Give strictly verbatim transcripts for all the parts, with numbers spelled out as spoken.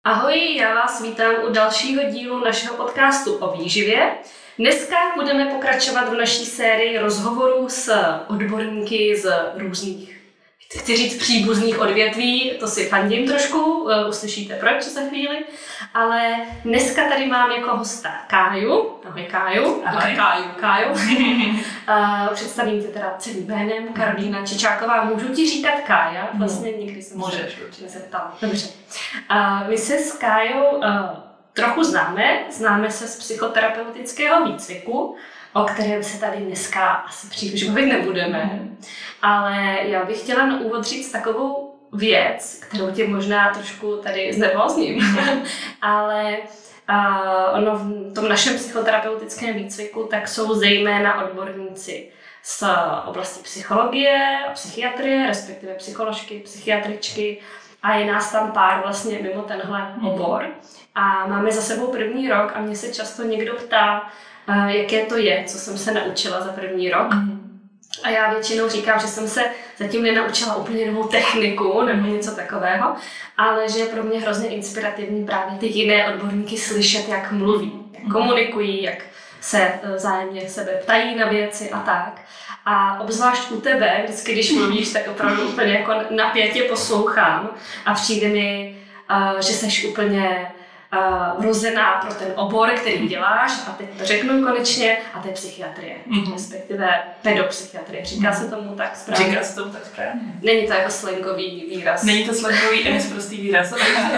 Ahoj, já vás vítám u dalšího dílu našeho podcastu o výživě. Dneska budeme pokračovat v naší sérii rozhovorů s odborníky z různých, chci říct příbuzných odvětví, to si fandím trošku, uslyšíte proč za chvíli, ale dneska tady mám jako hosta Káju. Ahoj Káju. Ahoj. Káju, Káju. Představím tě teda celým jménem, Karolína Čičáková. Můžu ti říkat Kája? Vlastně nikdy jsem Můžeš, se nezeptala. Dobře. My se s Kájou trochu známe, známe se z psychoterapeutického výcviku, o kterém se tady dneska asi příliš bavit nebudeme. Ale já bych chtěla na úvod říct takovou věc, kterou tě možná trošku tady znervózním, ale uh, ono v tom našem psychoterapeutickém výcviku tak jsou zejména odborníci z oblasti psychologie a psychiatrie, respektive psycholožky, psychiatričky, a je nás tam pár vlastně mimo tenhle obor. A máme za sebou první rok a mě se často někdo ptá, uh, jaké to je, co jsem se naučila za první rok. A já většinou říkám, že jsem se zatím nenaučila úplně novou techniku nebo něco takového, ale že je pro mě hrozně inspirativní právě ty jiné odborníky slyšet, jak mluví, jak komunikují, jak se vzájemně sebe ptají na věci a tak. A obzvlášť u tebe, vždycky, když mluvíš, tak opravdu úplně jako napětě poslouchám a přijde mi, že seš úplně Uh, rozená pro ten obor, který děláš, a teď to řeknu konečně, a to je psychiatrie, mm-hmm. respektive pedopsychiatrie. Říká se tomu tak správně? Říká se tomu tak správně. Není to jako slangový výraz. Není to slangový, ani prostý výraz.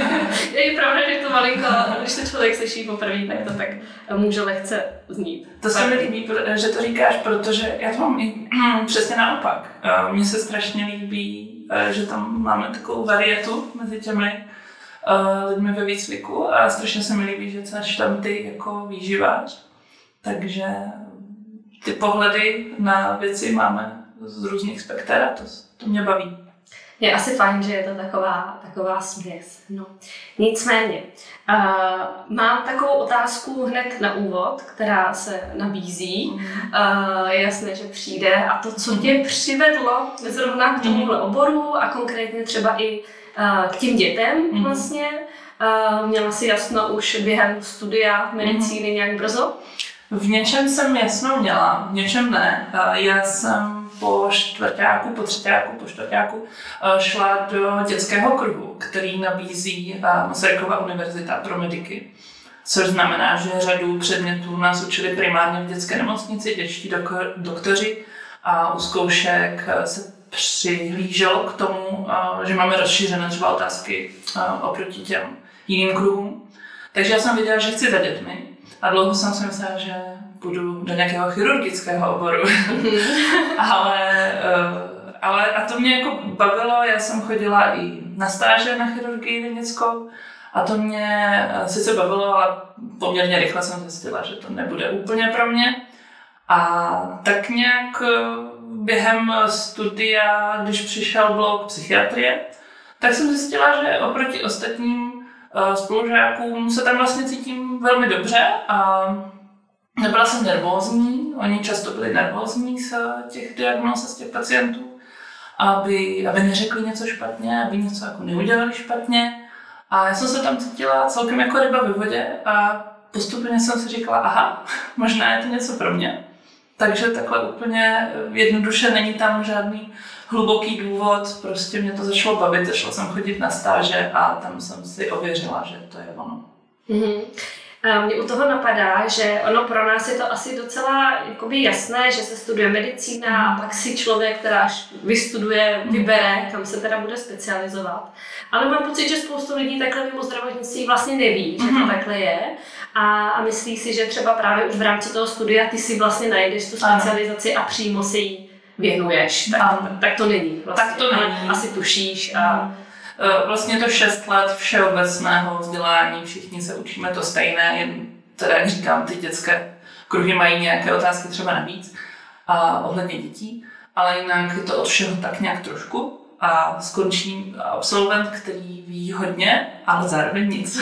Je pravda, že to malinko, když to člověk slyší poprvé, tak to tak může lehce znít. To se mi líbí, že to říkáš, protože já to mám i přesně naopak. Mně se strašně líbí, že tam máme takovou varietu mezi těmi Uh, lidmi ve výcviku a strašně se mi líbí, že jsi tam ty jako výživář. Takže ty pohledy na věci máme z různých spekter a to, to mě baví. Je asi fajn, že je to taková, taková směs. No. Nicméně, uh, mám takovou otázku hned na úvod, která se nabízí. Mm. Uh, je jasné, že přijde. A to, co tě přivedlo zrovna k tomuhle oboru a konkrétně třeba i k těm dětem mm. vlastně. Měla jsi jasno už během studia medicíny mm. nějak brzo? V něčem jsem jasno měla, v něčem ne. Já jsem po čtvrťáku, po třetíku, po čtvrťáku šla do dětského kruhu, který nabízí Masarykova univerzita pro mediky. Což znamená, že řadu předmětů nás učili primárně v dětské nemocnici, dětští dok- doktoři a u zkoušek se přihlíželo k tomu, že máme rozšířené třeba otázky oproti těm jiným kruhům. Takže já jsem věděla, že chci za dětmi a dlouho jsem si myslela, že půjdu do nějakého chirurgického oboru. ale, ale a to mě jako bavilo, já jsem chodila i na stáže na chirurgii vědeckou a to mě sice bavilo, ale poměrně rychle jsem zjistila, že to nebude úplně pro mě. A tak nějak během studia, když přišel blok psychiatrie, tak jsem zjistila, že oproti ostatním spolužákům se tam vlastně cítím velmi dobře a nebyla jsem nervózní, oni často byli nervózní z těch diagnóz, z těch pacientů, aby, aby neřekli něco špatně, aby něco jako neudělali špatně. A já jsem se tam cítila celkem jako ryba ve vodě a postupně jsem si říkala, aha, možná je to něco pro mě. Takže takhle úplně jednoduše není tam žádný hluboký důvod, prostě mě to začalo bavit, začala jsem chodit na stáže a tam jsem si ověřila, že to je ono. Mm-hmm. A mě u toho napadá, že ono pro nás je to asi docela jakoby jasné, že se studuje medicína a pak si člověk, která až vystuduje, vybere, kam se teda bude specializovat. Ale mám pocit, že spoustu lidí takhle mimo zdravotnictví vlastně neví, že to takhle je. A, a myslí si, že třeba právě už v rámci toho studia ty si vlastně najdeš tu specializaci a přímo si ji věnuješ. Tak, tak to není. Vlastně. Tak to není. Asi tušíš. A... Vlastně to šest let všeobecného vzdělání, všichni se učíme to stejné, jen teda, jak říkám, ty dětské kruhy mají nějaké otázky třeba navíc a ohledně dětí, ale jinak je to od všeho tak nějak trošku a skončí absolvent, který ví hodně, ale zároveň nic.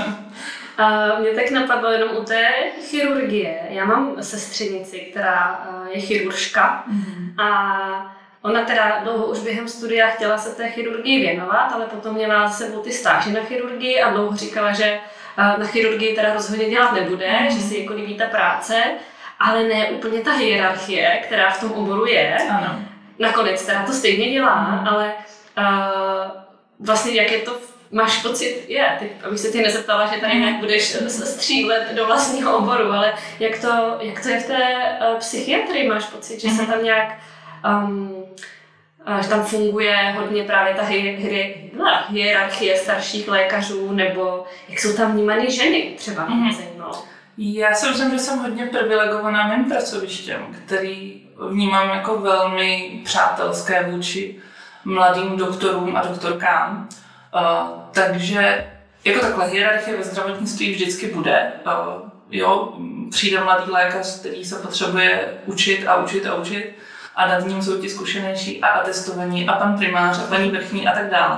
Uh, mě tak napadlo jenom u té chirurgie. Já mám sestřenici, která uh, je chiruržka mm. a ona teda dlouho už během studia chtěla se té chirurgii věnovat, ale potom měla za sebou ty stáže na chirurgii a dlouho říkala, že na chirurgii teda rozhodně dělat nebude, mm. že si jako líbí ta práce, ale ne úplně ta hierarchie, která v tom oboru je. Ano. Nakonec teda to stejně dělá, mm. ale uh, vlastně jak je to, máš pocit, je, ty, abych se tě nezeptala, že tady nějak budeš střílet do vlastního oboru, ale jak to, jak to je v té uh, psychiatrii, máš pocit, že mm. se tam nějak um, že tam funguje hodně právě ta hi, hi, hierarchie starších lékařů, nebo jak jsou tam vnímány ženy třeba mm. zajímalo. Já si myslím, že jsem hodně privilegovaná mým pracovištěm, který vnímám jako velmi přátelské vůči mladým doktorům a doktorkám. Uh, takže jako takhle hierarchie ve zdravotnictví vždycky bude. Uh, jo, přijde mladý lékař, který se potřebuje učit a učit a učit a nad ním jsou ti zkušenější a atestovaní a pan primář a paní vrchní a tak dále.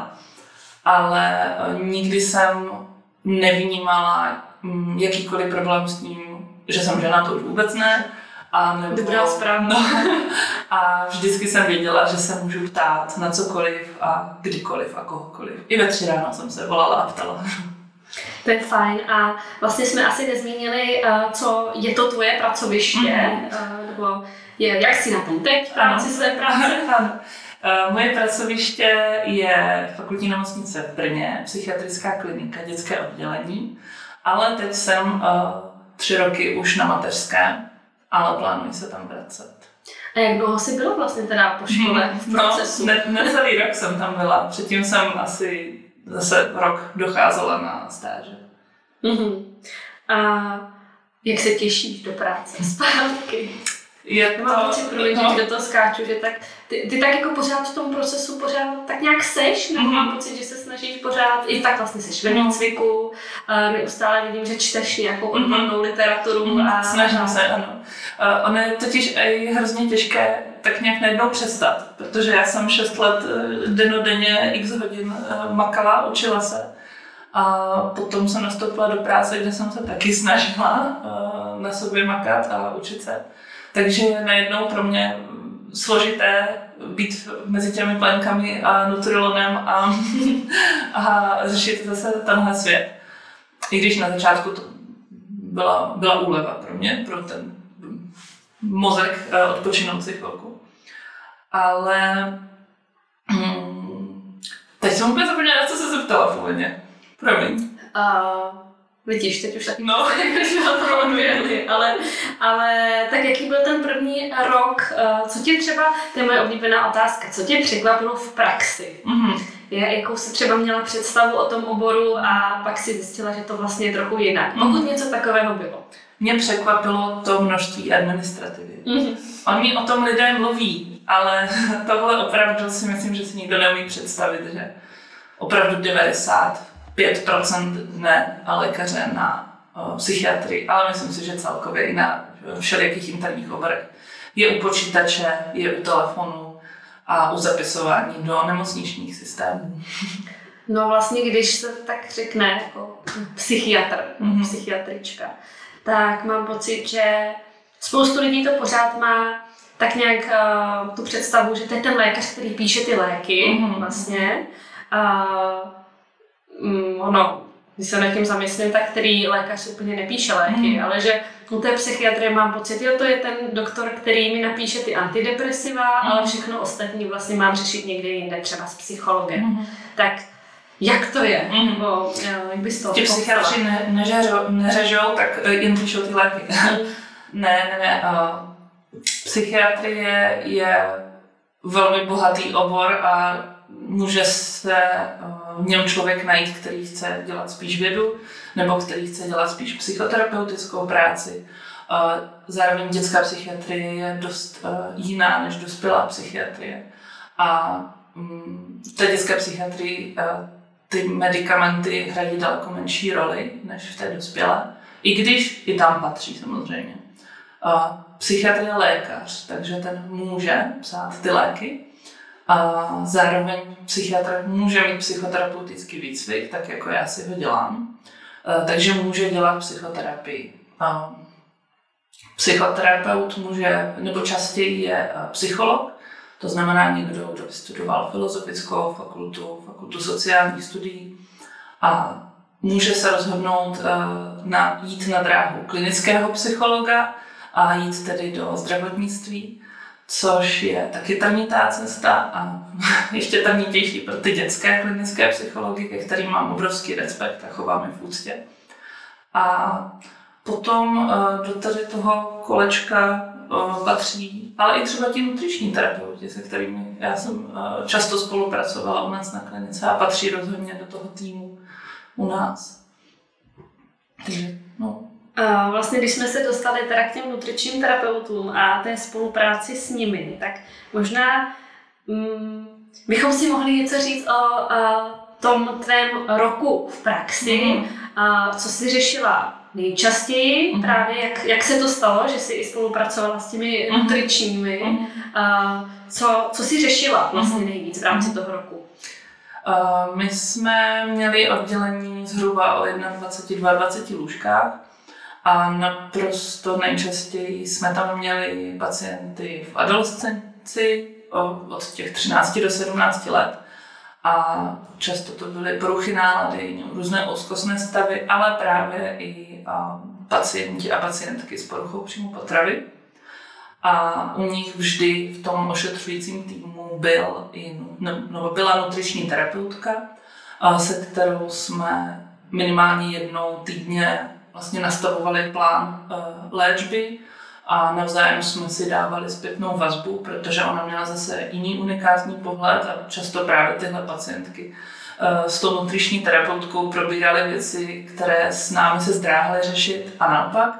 Ale uh, nikdy jsem nevnímala um, jakýkoliv problém s tím, že jsem žena, to už vůbec ne. A nebo, Dobrá zpráva. No, a vždycky jsem věděla, že se můžu ptát na cokoliv a kdykoliv a kohokoliv. I ve tři ráno jsem se volala a ptala. To je fajn a vlastně jsme asi nezmínili, co je to tvoje pracoviště, mm-hmm. nebo je, jak jsi na tom teď v práci své práce? Ano. Moje pracoviště je fakultní nemocnice v Brně, psychiatrická klinika, dětské oddělení, ale teď jsem tři roky už na mateřské, ale plánuji se tam vracet. A jak dlouho jsi byla vlastně teda po škole v procesu? No, ne, necelý rok jsem tam byla, předtím jsem asi zase rok docházela na stáže. Mm-hmm. A jak se těšíš do práce zpátky? Je to... Mám pocit, promiň, no. že do toho skáču, že tak ty, ty tak jako pořád v tom procesu pořád tak nějak seš, nebo mm-hmm. mám pocit, že se snažíš pořád, i tak vlastně seš ve výcviku, uh, neustále vidím, že čteš nějakou odbornou literaturu. Mm-hmm. A Snažím se, ano. Uh, ono je totiž je hrozně těžké tak nějak najednou přestat, protože já jsem šest let dennodenně x hodin uh, makala, učila se. A potom jsem nastoupila do práce, kde jsem se taky snažila uh, na sobě makat a učit se. Takže najednou pro mě složité být mezi těmi plenkami a Nutrilonem a, a řešit zase tenhle svět. I když na začátku to byla, byla úleva pro mě, pro ten mozek odpočinout si chvilku. Ale hmm, teď jsem úplně zapomněla, na co se zeptala původně. Promiň. Uh, vidíš, teď už taky no. ale, ale tak jaký byl ten první rok, uh, co tě třeba, to je moje oblíbená otázka, co tě překvapilo v praxi? Mm-hmm. Je, jakou jsi třeba měla představu o tom oboru a pak si zjistila, že to vlastně je trochu jinak. Pokud mm-hmm. něco takového bylo. Mě překvapilo to množství administrativy. Mm-hmm. Oni o tom lidé mluví, ale tohle opravdu si myslím, že si nikdo neumí představit, že opravdu devadesát pět procent ne a lékaře na o, psychiatrii, ale myslím si, že celkově i na všelijakých interních oborech. Je u počítače, je u telefonu a u zapisování do nemocničních systémů. No vlastně, když se tak řekne jako psychiatr, mm-hmm. psychiatrička, tak mám pocit, že spoustu lidí to pořád má tak nějak uh, tu představu, že to je ten lékař, který píše ty léky mm-hmm. vlastně. Uh, um, ono, když se nad tím zamyslím, tak který lékař úplně nepíše léky, mm-hmm. ale že u té psychiatrie mám pocit, jo, to je ten doktor, který mi napíše ty antidepresiva, mm-hmm. ale všechno ostatní vlastně mám řešit někde jinde, třeba s psychologem. Mm-hmm. Tak jak to je? Mm. Nebo jak bys to Ti psychiatři ne, neřežou, neřežou, tak jen píšou ty léky. Mm. ne, ne, ne. Uh, psychiatrie je velmi bohatý obor a může se uh, v něm člověk najít, který chce dělat spíš vědu, nebo který chce dělat spíš psychoterapeutickou práci. Uh, zároveň dětská psychiatrie je dost uh, jiná než dospělá psychiatrie. A um, v té dětské psychiatrii uh, ty medicamenty hrají daleko menší roli než v té dospělé, i když i tam patří samozřejmě. Uh, psychiatr je lékař, takže ten může psát ty léky. A zároveň psychiatr může mít psychoterapeutický výcvik, tak jako já si ho dělám. Uh, takže může dělat psychoterapii. Uh, psychoterapeut může, nebo častěji je uh, psycholog. To znamená někdo, kdo vystudoval filozofickou fakultu, fakultu sociálních studií a může se rozhodnout na, jít na dráhu klinického psychologa a jít tedy do zdravotnictví, což je taky trnitá cesta a ještě trnitější pro ty dětské klinické psychology, ke kterým mám obrovský respekt a chovám je v úctě. A potom do tady toho kolečka patří, ale i třeba ti nutriční terapeuti, se kterými já jsem často spolupracovala u nás na klinice a patří rozhodně do toho týmu u nás. Takže, no. A vlastně, když jsme se dostali teda k těm nutričním terapeutům a té spolupráci s nimi, tak možná mm, bychom si mohli něco říct o a, tom tvém roku v praxi, mm. a, co jsi řešila nejčastěji, mm. právě jak, jak se to stalo, že jsi i spolupracovala s těmi mm. nutričními, mm. A, co, co jsi řešila vlastně nejvíc v rámci mm. toho roku? Uh, my jsme měli oddělení zhruba o dvacet jedna až dvacet dva lůžkách a naprosto nejčastěji jsme tam měli pacienty v adolescenci od těch třinácti do sedmnácti let a často to byly poruchy nálady, různé úzkostné stavy, ale právě i uh, pacienti a pacientky s poruchou příjmu potravy. A u nich vždy v tom ošetřujícím týmu byl i, no, byla nutriční terapeutka, se kterou jsme minimálně jednou týdně vlastně nastavovali plán uh, léčby a navzájem jsme si dávali zpětnou vazbu, protože ona měla zase jiný unikátní pohled a často právě tyhle pacientky uh, s tou nutriční terapeutkou probíraly věci, které s námi se zdráhaly řešit a naopak.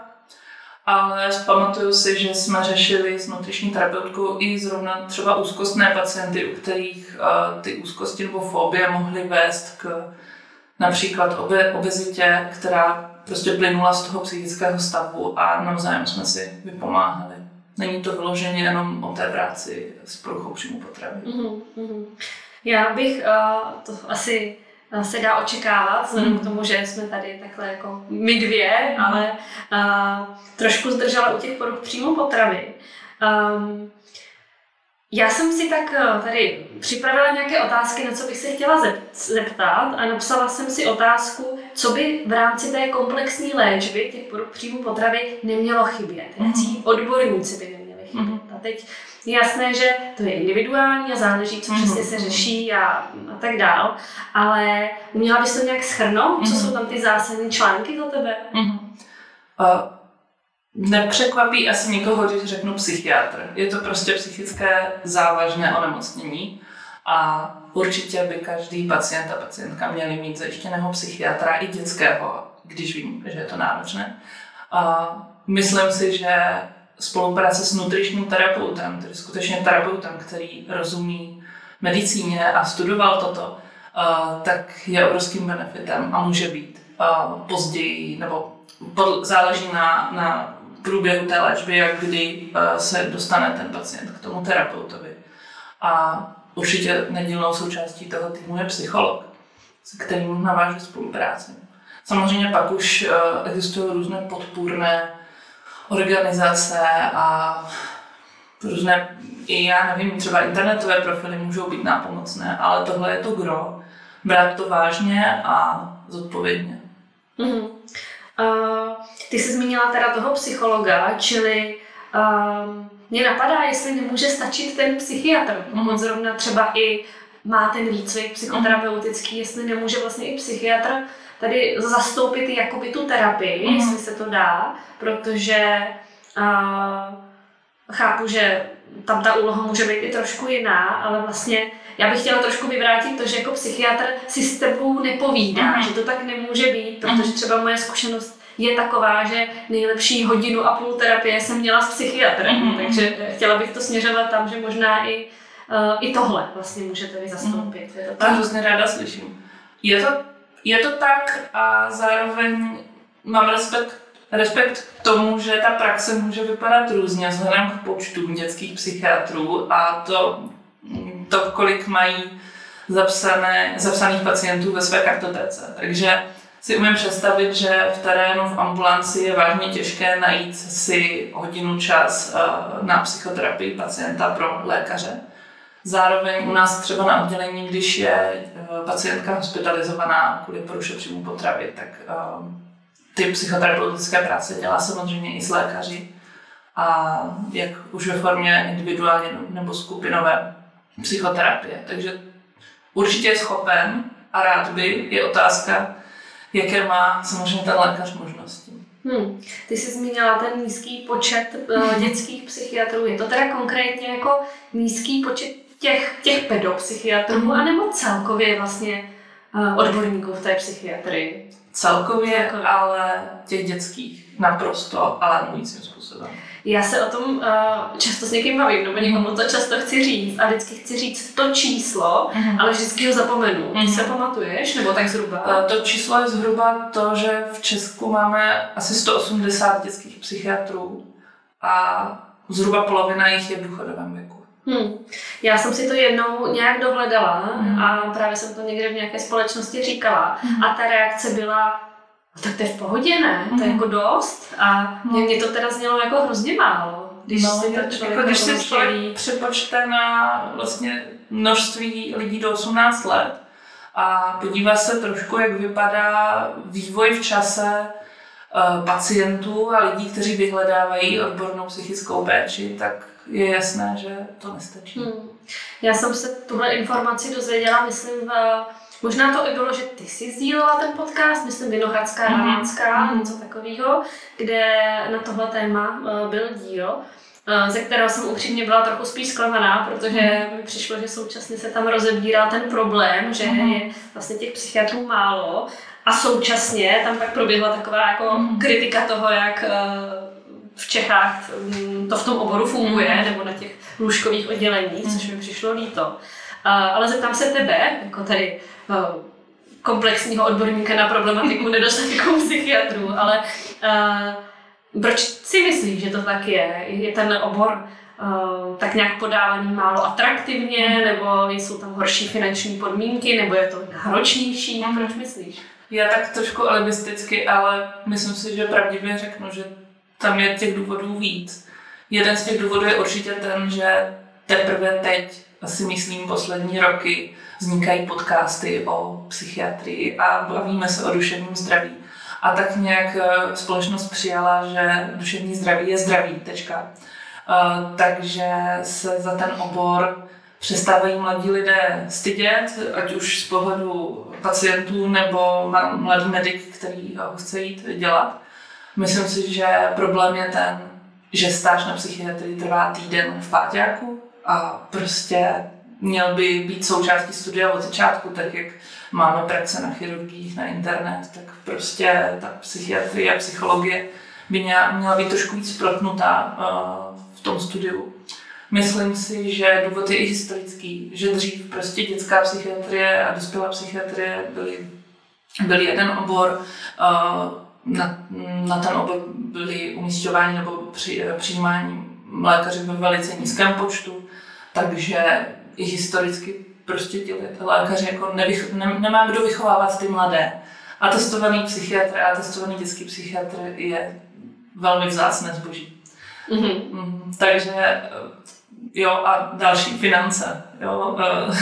Ale pamatuju si, že jsme řešili s nutriční terapeutkou i zrovna třeba úzkostné pacienty, u kterých uh, ty úzkosti nebo fobie mohly vést k například obe, obezitě, která prostě plynula z toho psychického stavu a navzájem jsme si vypomáhali. Není to vyloženě jenom o té práci s poruchou příjmu potravy. Mm-hmm, mm-hmm. Já bych uh, to asi se dá očekávat, vzhledem k tomu, že jsme tady takhle jako my dvě, mm. ale uh, trošku zdržela u těch poruch příjmu potravy. Um, já jsem si tak tady připravila nějaké otázky, na co bych se chtěla zeptat a napsala jsem si otázku, co by v rámci té komplexní léčby těch poruch příjmu potravy nemělo chybět. Jaký odborníci by neměli chybět. Mm. A teď je jasné, že to je individuální a záleží, co přesně se řeší a, a tak dál, ale uměla bys to nějak shrnout? Co mm-hmm. jsou tam ty zásadní články za tebe? Mm-hmm. Uh, nepřekvapí asi nikoho, když řeknu psychiatr. Je to prostě psychické závažné onemocnění a určitě by každý pacient a pacientka měli mít zajištěného psychiatra i dětského, když vím, že je to náročné. Uh, myslím si, že spolupráce s nutričním terapeutem, tedy skutečně terapeutem, který rozumí medicíně a studoval toto, uh, tak je obrovským benefitem a může být uh, později, nebo pod, záleží na, na průběhu té léčby, jak kdy uh, se dostane ten pacient k tomu terapeutovi. A určitě nedílnou součástí toho týmu je psycholog, s kterým navážu spolupráci. Samozřejmě pak už uh, existují různé podpůrné organizace a různé, i já nevím, třeba internetové profily můžou být nápomocné, ale tohle je to gro. Brát to vážně a zodpovědně. Mm-hmm. Uh, ty jsi zmínila teda toho psychologa, čili uh, mě napadá, jestli nemůže stačit ten psychiatr. Mm-hmm. On zrovna třeba i má ten výcvik psychoterapeutický, mm-hmm. jestli nemůže vlastně i psychiatr tady zastoupit jakoby tu terapii, mm-hmm. jestli se to dá, protože uh, chápu, že tam ta úloha může být i trošku jiná, ale vlastně já bych chtěla trošku vyvrátit to, že jako psychiatr si s tebou nepovídá, mm-hmm. že to tak nemůže být, protože třeba moje zkušenost je taková, že nejlepší hodinu a půl terapie jsem měla s psychiatrem, mm-hmm. takže chtěla bych to směřovat tam, že možná i, uh, i tohle vlastně můžete vy zastoupit. Mm-hmm. Je to tak? To hrozně ráda slyším. Je to Je to tak a zároveň mám respekt, respekt k tomu, že ta praxe může vypadat různě vzhledem k počtům dětských psychiatrů a to, to kolik mají zapsané, zapsaných pacientů ve své kartotéce. Takže si umím představit, že v terénu, v ambulanci je vážně těžké najít si hodinu čas na psychoterapii pacienta pro lékaře. Zároveň u nás třeba na oddělení, když je pacientka hospitalizovaná kvůli poruše příjmu potravy, tak ty psychoterapeutické práce dělá samozřejmě i s lékaři. A jak už ve formě individuální nebo skupinové psychoterapie. Takže určitě je schopen a rád by, je otázka, jaké má samozřejmě ten lékař možnosti. Hmm. Ty jsi zmínila ten nízký počet uh, dětských psychiatrů. Je to teda konkrétně jako nízký počet těch, těch pedopsychiatrů, mm. anebo celkově vlastně uh, odborníků v té psychiatrii? Celkově, celkově, ale těch dětských naprosto alarmujícím způsobem. Já se o tom uh, často s někým bavím, nebo někomu to často chci říct a vždycky chci říct to číslo, mm-hmm. ale vždycky ho zapomenu. Ty mm-hmm. se pamatuješ, nebo tak zhruba? To číslo je zhruba to, že v Česku máme asi sto osmdesát dětských psychiatrů a zhruba polovina jich je v důchodovém věku. Hmm. Já jsem si to jednou nějak dohledala mm. a právě jsem to někde v nějaké společnosti říkala mm. a ta reakce byla, tak to je v pohodě, ne? Mm. To je jako dost a mě, mě to teda znělo jako hrozně málo. Když no, si to člověk, jako, když si člověk přepočte na vlastně množství lidí do osmnácti let a podívá se trošku, jak vypadá vývoj v čase uh, pacientů a lidí, kteří vyhledávají odbornou psychickou péči, tak je jasné, že to nestačí. Hmm. Já jsem se tuhle informaci dozvěděla, myslím, v, možná to i bylo, že ty jsi sdílela ten podcast, myslím Vinohradská Ranácká, mm. něco takového, kde na tohle téma uh, byl díl, uh, ze kterého jsem upřímně byla trochu spíš zklamaná, protože mm. mi přišlo, že současně se tam rozebírá ten problém, že mm. je vlastně těch psychiatrů málo a současně tam pak proběhla taková jako mm. kritika toho, jak uh, v Čechách to v tom oboru funguje, mm. nebo na těch lůžkových odděleních, což mi přišlo líto. Uh, ale zeptám se tebe, jako tady uh, komplexního odborníka na problematiku nedostatku psychiatrů, ale uh, proč si myslíš, že to tak je? Je ten obor uh, tak nějak podávaný málo atraktivně, nebo jsou tam horší finanční podmínky, nebo je to náročnější? Mm. Proč myslíš? Já tak trošku alibisticky, ale myslím si, že pravdivě řeknu, že tam je těch důvodů víc. Jeden z těch důvodů je určitě ten, že teprve teď, asi myslím poslední roky, vznikají podcasty o psychiatrii a bavíme se o duševním zdraví. A tak nějak společnost přijala, že duševní zdraví je zdraví, tečka. Takže se za ten obor přestávají mladí lidé stydět, ať už z pohledu pacientů nebo mladý medic, který ho chce jít dělat. Myslím si, že problém je ten, že stáž na psychiatrii trvá týden v páťáku a prostě měl by být součástí studia od začátku, tak jak máme praxe na chirurgiích, na internet, tak prostě ta psychiatrie a psychologie by měla, měla být trošku víc protnutá uh, v tom studiu. Myslím si, že důvod je i historický, že dřív prostě dětská psychiatrie a dospělá psychiatrie byly, byly jeden obor, uh, Na, na ten obor byli umísťováni nebo při, přijímáni lékaři ve velice nízkém počtu, takže i historicky prostě ti lékaři jako nevych, ne, nemá kdo vychovávat ty mladé. A testovaný psychiatr a testovaný dětský psychiatr je velmi vzácné zboží. Mm-hmm. Mm, takže jo, a další finance. Jo,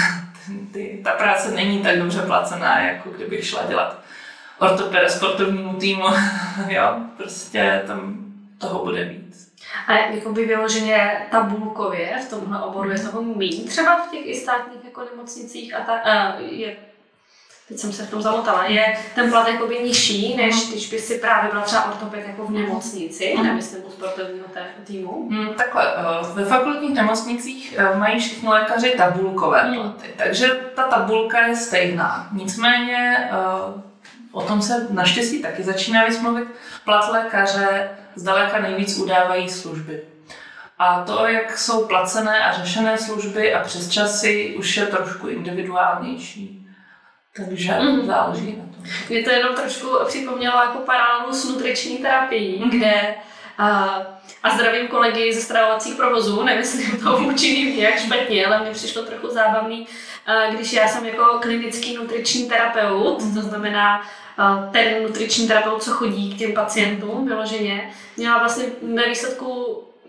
ty, ta práce není tak dobře placená, jako kdybych šla dělat ortopeda sportovnímu týmu, jo, prostě tam toho bude víc. A jako by vyloženě tabulkově v tomhle oboru je toho míň, třeba v těch i státních jako nemocnicích a tak, uh, je, teď jsem se v tom zamotala, je ten plat jakoby nižší, než když by si právě byla třeba ortoped jako v nemocnici, mm. nemyslím u sportovního týmu? Mm, takhle, ve fakultních nemocnicích mají všichni lékaři tabulkové mm. platy, takže ta tabulka je stejná, nicméně o tom se naštěstí taky začíná vysmluvit. Plat lékaře zdaleka nejvíc udávají služby. A to, jak jsou placené a řešené služby a přesčasy, už je trošku individuálnější. Takže mm. záleží na tom. Mě to jenom trošku připomnělo jako paralelu s nutriční terapií, mm. kde a, a zdravím kolegy ze stravovacích provozů, nemyslím to vůči nějak špatně, ale mně přišlo trochu zábavný, když já jsem jako klinický nutriční terapeut, mm. to znamená ten nutriční terapeut, co chodí k těm pacientům vyloženě, měla vlastně ve výsledku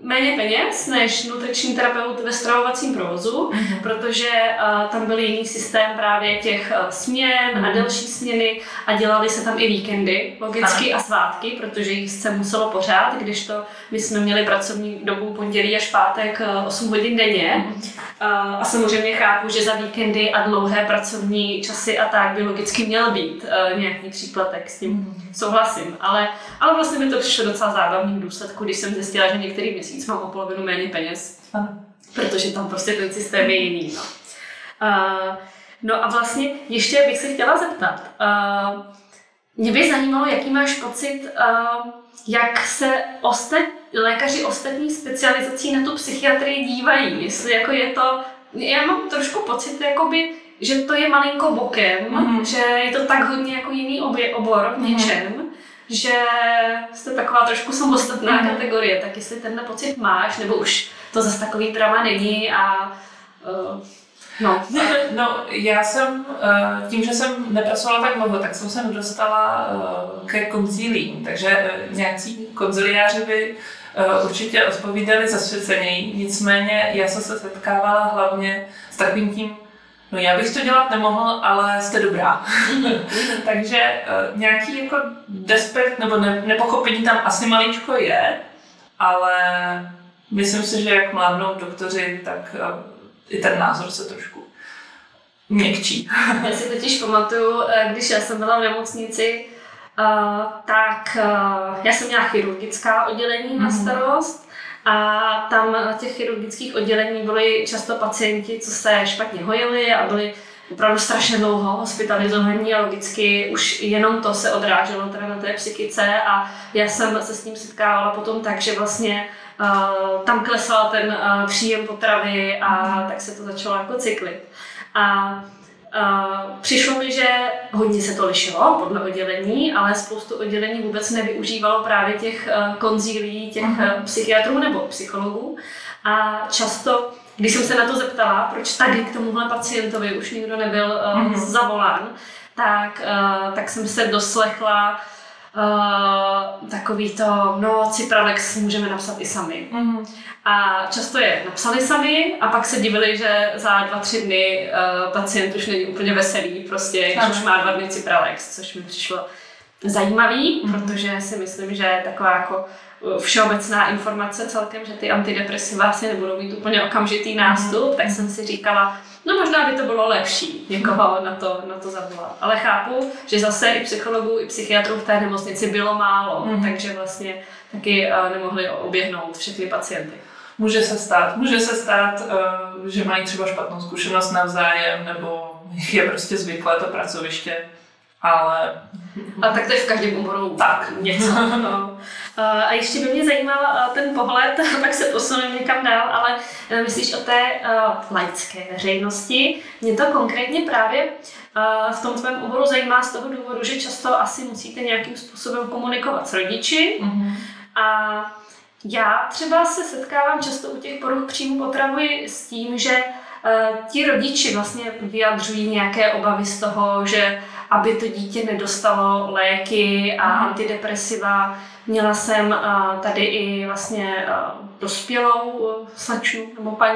méně peněz než nutriční terapeut ve stravovacím provozu, mm-hmm. protože uh, tam byl jiný systém právě těch uh, směn mm-hmm. a delší směny a dělali se tam i víkendy, logicky, a svátky, protože jich se muselo pořád, když to my jsme měli pracovní dobu pondělí až pátek uh, osm hodin denně. Mm-hmm. Uh, a samozřejmě chápu, že za víkendy a dlouhé pracovní časy a tak by logicky měl být uh, nějaký příplatek, s tím mm-hmm. souhlasím, ale, ale vlastně mi to přišlo docela zábavný v důsledku, když jsem zjistila, že některý měsíc mám o polovinu méně peněz, ano. protože tam prostě ten systém je jiný. No. Uh, no a vlastně ještě bych se chtěla zeptat, uh, mě by zajímalo, jaký máš pocit, uh, jak se ostat, lékaři ostatních specializací na tu psychiatrii dívají, jestli jako je to, já mám trošku pocit, jakoby, že to je malinko bokem, mm-hmm. že je to tak hodně jako jiný obě, obor v něčem, mm-hmm. že jste taková trošku samostatná mm-hmm. kategorie, tak jestli tenhle pocit máš, nebo už to zase takový drama není a uh, no. No, já jsem, tím, že jsem nepracovala tak dlouho, tak jsem se nedostala ke konzílím, takže nějací konziliáři by určitě odpovídali zasvěceněji, nicméně já jsem se setkávala hlavně s takovým tím, no já bych to dělat nemohl, ale jste dobrá. Takže nějaký jako despekt nebo ne, nepochopení tam asi maličko je, ale myslím si, že jak mládnou doktoři, tak i ten názor se trošku měkčí. Já si totiž pamatuju, když já jsem byla v nemocnici, tak já jsem měla chirurgická oddělení na starost a tam na těch chirurgických oddělení byli často pacienti, co se špatně hojili a byli opravdu strašně dlouho hospitalizovaní a logicky už jenom to se odráželo teda na té psychice a já jsem se s tím setkávala potom tak, že vlastně Uh, tam klesal ten uh, příjem potravy a tak se to začalo jako cyklit. A uh, přišlo mi, že hodně se to lišilo podle oddělení, ale spoustu oddělení vůbec nevyužívalo právě těch uh, konzílí, těch uh, psychiatrů nebo psychologů. A často, když jsem se na to zeptala, proč tady k tomuhle pacientovi už nikdo nebyl uh, mm-hmm. zavolán, tak, uh, tak jsem se doslechla Uh, takový to, no Cipralex můžeme napsat i sami. Mm. A často je napsali sami a pak se divili, že za dva, tři dny uh, pacient už není úplně veselý, prostě, když ano. už má dva dny Cipralex, což mi přišlo zajímavý, mm. protože si myslím, že je taková jako všeobecná informace celkem, že ty antidepresiva asi nebudou mít úplně okamžitý nástup, mm. tak jsem si říkala, no možná by to bylo lepší někoho na to, na to zavolat. Ale chápu, že zase i psychologů, i psychiatrů v té nemocnici bylo málo, mm. takže vlastně taky uh, nemohli oběhnout všechny pacienty. Může se stát, může se stát, uh, že mají třeba špatnou zkušenost navzájem, nebo je prostě zvyklé to pracoviště, ale... A tak to je v každém oboru tak něco. No. A ještě by mě zajímal ten pohled, pak se posuneme někam dál, ale myslíš o té uh, laické veřejnosti. Mě to konkrétně právě uh, v tom tvém oboru zajímá z toho důvodu, že často asi musíte nějakým způsobem komunikovat s rodiči. Mm-hmm. A já třeba se setkávám často u těch poruch příjmu potravy s tím, že uh, ti rodiči vlastně vyjadřují nějaké obavy z toho, že aby to dítě nedostalo léky a mm. antidepresiva. Měla jsem uh, tady i vlastně uh, dospělou uh, slečnu nebo paní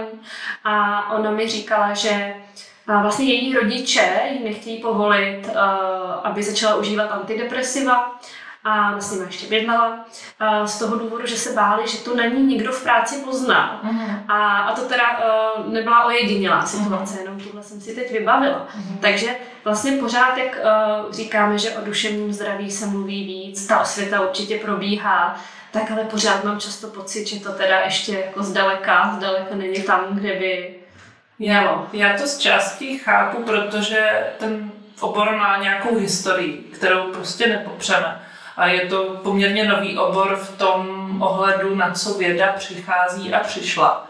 a ona mi říkala, že uh, vlastně její rodiče jí nechtějí povolit, uh, aby začala užívat antidepresiva a vlastně ještě bědnala uh, z toho důvodu, že se báli, že to na ní někdo v práci pozná. Mm. A, a to teda uh, nebyla ojedinělá situace, mm. jenom tuhle jsem si teď vybavila. Mm. Takže vlastně pořád, jak uh, říkáme, že o duševním zdraví se mluví víc, ta osvěta určitě probíhá, tak ale pořád mám často pocit, že to teda ještě jako zdaleka, zdaleka není tam, kde by mělo. Já to z části chápu, protože ten obor má nějakou historii, kterou prostě nepopřeme. A je to poměrně nový obor v tom ohledu, na co věda přichází a přišla.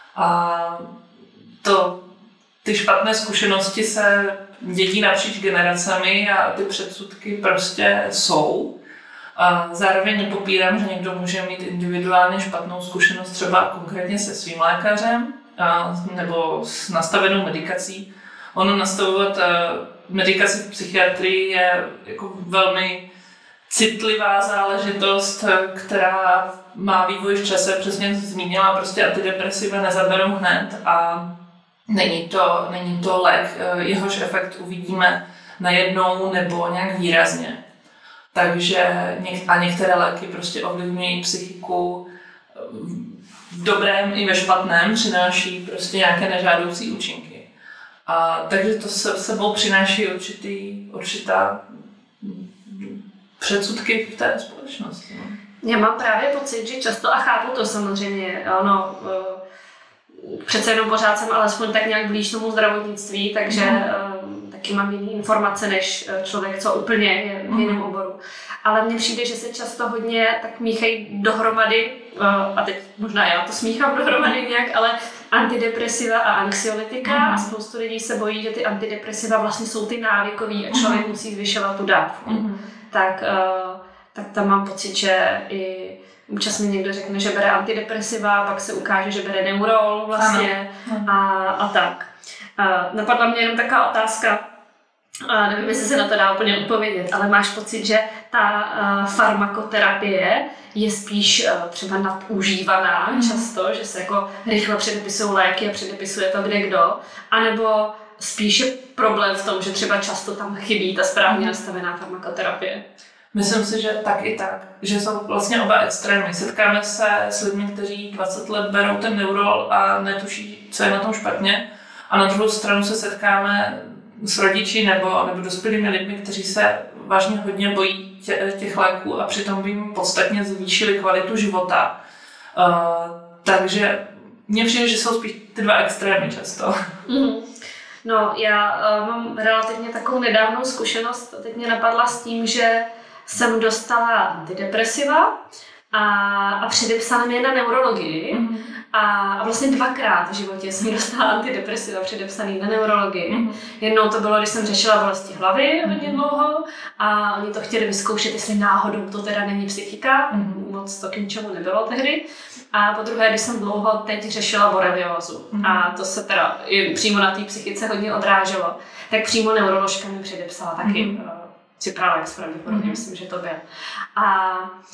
A to, ty špatné zkušenosti se dědí napříč generacemi a ty předsudky prostě jsou. A zároveň nepopírám, že někdo může mít individuálně špatnou zkušenost třeba konkrétně se svým lékařem a, nebo s nastavenou medikací. Ono nastavovat medikaci v psychiatrii je jako velmi citlivá záležitost, která má vývoj v čase, přesně zmínila, prostě antidepresiva nezaberou hned a není to, není to lék, jehož efekt uvidíme najednou nebo nějak výrazně. Takže a některé léky prostě ovlivňují psychiku v dobrém i ve špatném, přináší prostě nějaké nežádoucí účinky. A takže to se sebou přináší určitý, určitá předsudky v té společnosti. No. Já mám právě pocit, že často, a chápu to samozřejmě, ono, přece jenom pořád jsem alespoň tak nějak blíž tomu zdravotnictví, takže mm. taky mám jiné informace než člověk, co úplně je v jiném oboru. Ale mně přijde, že se často hodně tak míchají dohromady, a teď možná já to smíchám dohromady nějak, ale antidepresiva a anxiolytika mm. a spoustu lidí se bojí, že ty antidepresiva vlastně jsou ty návykový a člověk mm. musí zvyšovat tu dávku. Mm. Tak, tak tam mám pocit, že i občas mi někdo řekne, že bere antidepresiva, pak se ukáže, že bere Neurol vlastně a, a tak. A napadla mě jenom taková otázka, a nevím, jestli se na to dá úplně odpovědět, ale máš pocit, že ta uh, farmakoterapie je spíš uh, třeba nadužívaná mm. často, že se jako rychle předepisují léky a předepisuje to kde kdo, anebo spíš je problém v tom, že třeba často tam chybí ta správně mm. nastavená farmakoterapie? Myslím si, že tak i tak, že jsou vlastně oba extrémy. Setkáme se s lidmi, kteří dvacet let berou ten Neurol a netuší, co je na tom špatně. A na druhou stranu se setkáme s rodiči nebo, nebo dospělými lidmi, kteří se vážně hodně bojí tě, těch léků a přitom by jim podstatně zvýšili kvalitu života. Uh, takže mně přijde, že jsou spíš ty dva extrémy často. Mm-hmm. No, já uh, mám relativně takovou nedávnou zkušenost. Teď mě napadla s tím, že jsem dostala antidepresiva a, a předepsala mě na neurologii. Mm-hmm. A, a vlastně dvakrát v životě jsem dostala antidepresiva předepsaný na neurologii. Mm-hmm. Jednou to bylo, když jsem řešila bolesti hlavy hodně dlouho a oni to chtěli vyzkoušet, jestli náhodou to teda není psychika. Mm-hmm. Moc to k ničemu nebylo tehdy. A po druhé, když jsem dlouho teď řešila boreliózu mm-hmm. a to se teda i přímo na té psychice hodně odráželo, tak přímo neuroložka mi předepsala taky mm-hmm. Cipralex, pravděpodobně, mm-hmm. myslím, že to byl. A,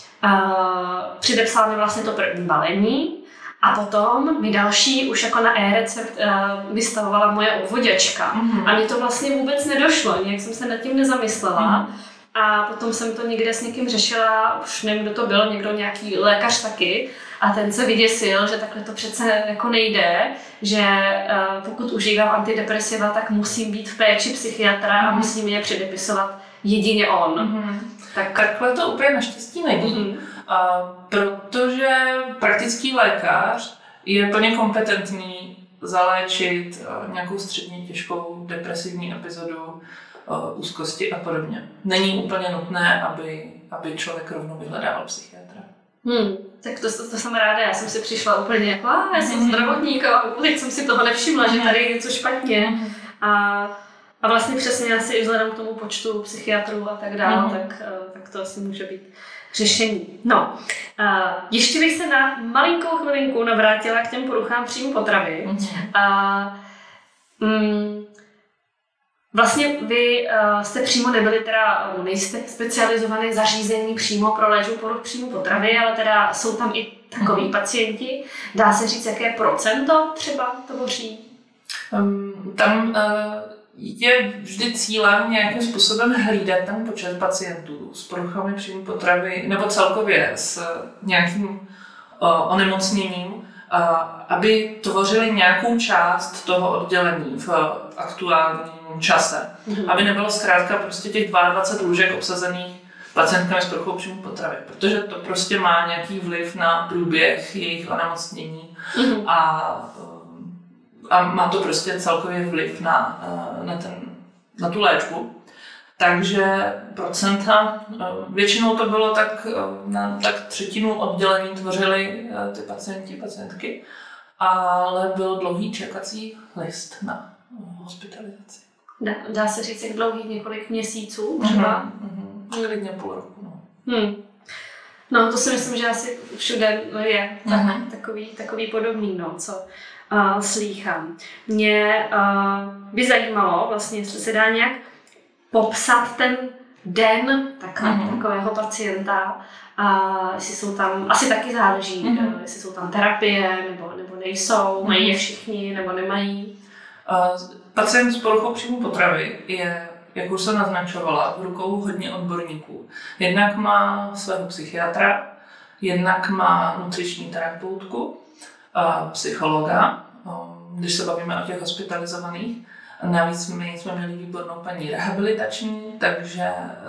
a předepsala mi vlastně to první balení a potom mi další už jako na e-recept uh, vystavovala moje obvoděčka. Mm-hmm. A mi to vlastně vůbec nedošlo, nějak jsem se nad tím nezamyslela. Mm-hmm. A potom jsem to někde s někým řešila, už nevím, kdo to byl, někdo nějaký lékař taky. A ten se vyděsil, že takhle to přece jako nejde, že uh, pokud užívám antidepresiva, tak musím být v péči psychiatra mm-hmm. a musím je předepisovat jedině on. Mm-hmm. Tak takhle to úplně naštěstí není, mm-hmm. uh, protože praktický lékař je plně kompetentní zaléčit uh, nějakou středně těžkou depresivní epizodu, uh, úzkosti a podobně. Není úplně nutné, aby, aby člověk rovnou vyhledával psychiatra. Hmm, tak to, to, to jsem ráda, já jsem si přišla úplně jako, a já jsem zdravotník a teď jsem si toho nevšimla, že tady je něco špatně. A, a vlastně přesně asi i vzhledem k tomu počtu psychiatrů a tak dále, mm-hmm. tak, tak to asi může být řešení. No, a ještě bych se na malinkou chvilinku navrátila k těm poruchám příjmu potravy. Mm-hmm. A, mm, Vlastně vy uh, jste přímo nebyli teda, no nejste specializované zařízení přímo pro léčbu poruch příjmu potravy, ale teda jsou tam i takoví mm. pacienti. Dá se říct, jaké procento třeba tvoří? Um, tam uh, je vždy cílem nějakým způsobem hlídat ten počet pacientů s poruchami příjmu potravy nebo celkově s nějakým uh, onemocněním, uh, aby tvořili nějakou část toho oddělení v aktuálním čase. Mm-hmm. Aby nebylo zkrátka prostě těch dvacet dva lůžek obsazených pacientkami s poruchou příjmu potravy, protože to prostě má nějaký vliv na průběh jejich onemocnění mm-hmm. a, a má to prostě celkově vliv na, na, ten, na tu léčbu. Takže procenta, většinou to bylo tak, na tak třetinu oddělení tvořili ty pacienti, pacientky, ale byl dlouhý čekací list na hospitalizaci. Dá, dá se říct, jak dlouhý, několik měsíců třeba? Mm-hmm. Klidně půl roku. No. Hmm. no, to si myslím, že asi všude je tak, mm-hmm. takový, takový podobný, no, co uh, slýchám. Mě uh, by zajímalo, vlastně, jestli se dá nějak popsat ten den takhle, mm-hmm. takového pacienta. A jestli jsou tam, asi taky záleží, mm-hmm. jestli jsou tam terapie nebo, nebo nejsou, mm-hmm. mají je všichni nebo nemají. Uh, pacient s poruchou příjmu potravy je, jak už jsem naznačovala, v rukou hodně odborníků. Jednak má svého psychiatra, jednak má nutriční terapeutku, uh, psychologa, um, když se bavíme o těch hospitalizovaných. Navíc my jsme měli výbornou paní rehabilitační, takže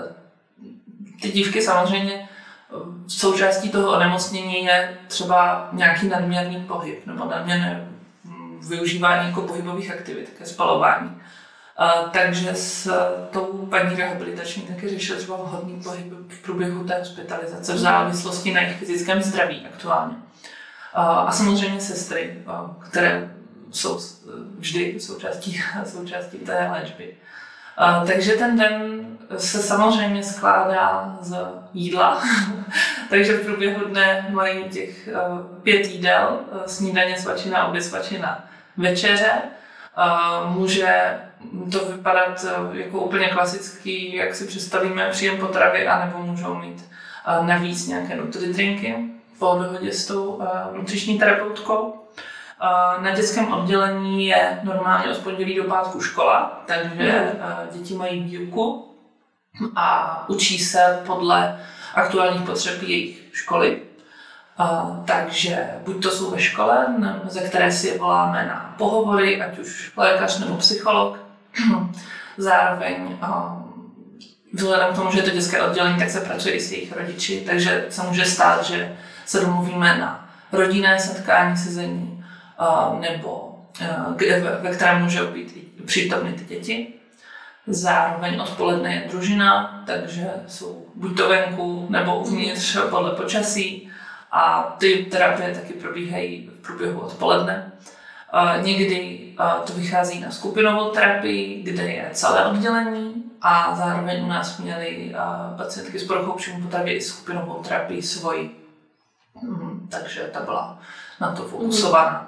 ty dívky samozřejmě součástí toho onemocnění je třeba nějaký nadměrný pohyb nebo nadměrné využívání jako pohybových aktivit ke spalování. Uh, takže s tou paní rehabilitační taky řešil třeba vhodný pohyb v průběhu té hospitalizace v závislosti na jejich fyzickém zdraví aktuálně. Uh, a samozřejmě sestry, uh, které jsou vždy součástí, součástí té léčby. Uh, takže ten den se samozřejmě skládá z jídla, takže v průběhu dne mají těch uh, pět jídel, uh, snídaně, svačina, oběd, svačina, večeře. Uh, může to vypadat uh, jako úplně klasický, jak si představíme příjem potravy, anebo můžou mít uh, navíc nějaké nutridrinky po dohodě s tou uh, nutriční terapeutkou. Na dětském oddělení je normálně od pondělí do pátku škola, takže děti mají výuku a učí se podle aktuálních potřeb jejich školy. Takže buď to jsou ve škole, ze které si je voláme na pohovory, ať už lékař nebo psycholog. Zároveň vzhledem k tomu, že je to dětské oddělení, tak se pracuje i s jejich rodiči, takže se může stát, že se domluvíme na rodinné setkání, sezení, Uh, nebo uh, ve, ve kterém můžou být přítomny ty děti. Zároveň odpoledne je družina, takže jsou buď to venku nebo uvnitř podle počasí a ty terapie taky probíhají v průběhu odpoledne. Uh, někdy uh, to vychází na skupinovou terapii, kde je celé oddělení a zároveň u nás měli uh, pacientky s poruchou příjmu potravy i skupinovou terapii svoji. Mm, takže ta byla na to fokusovaná.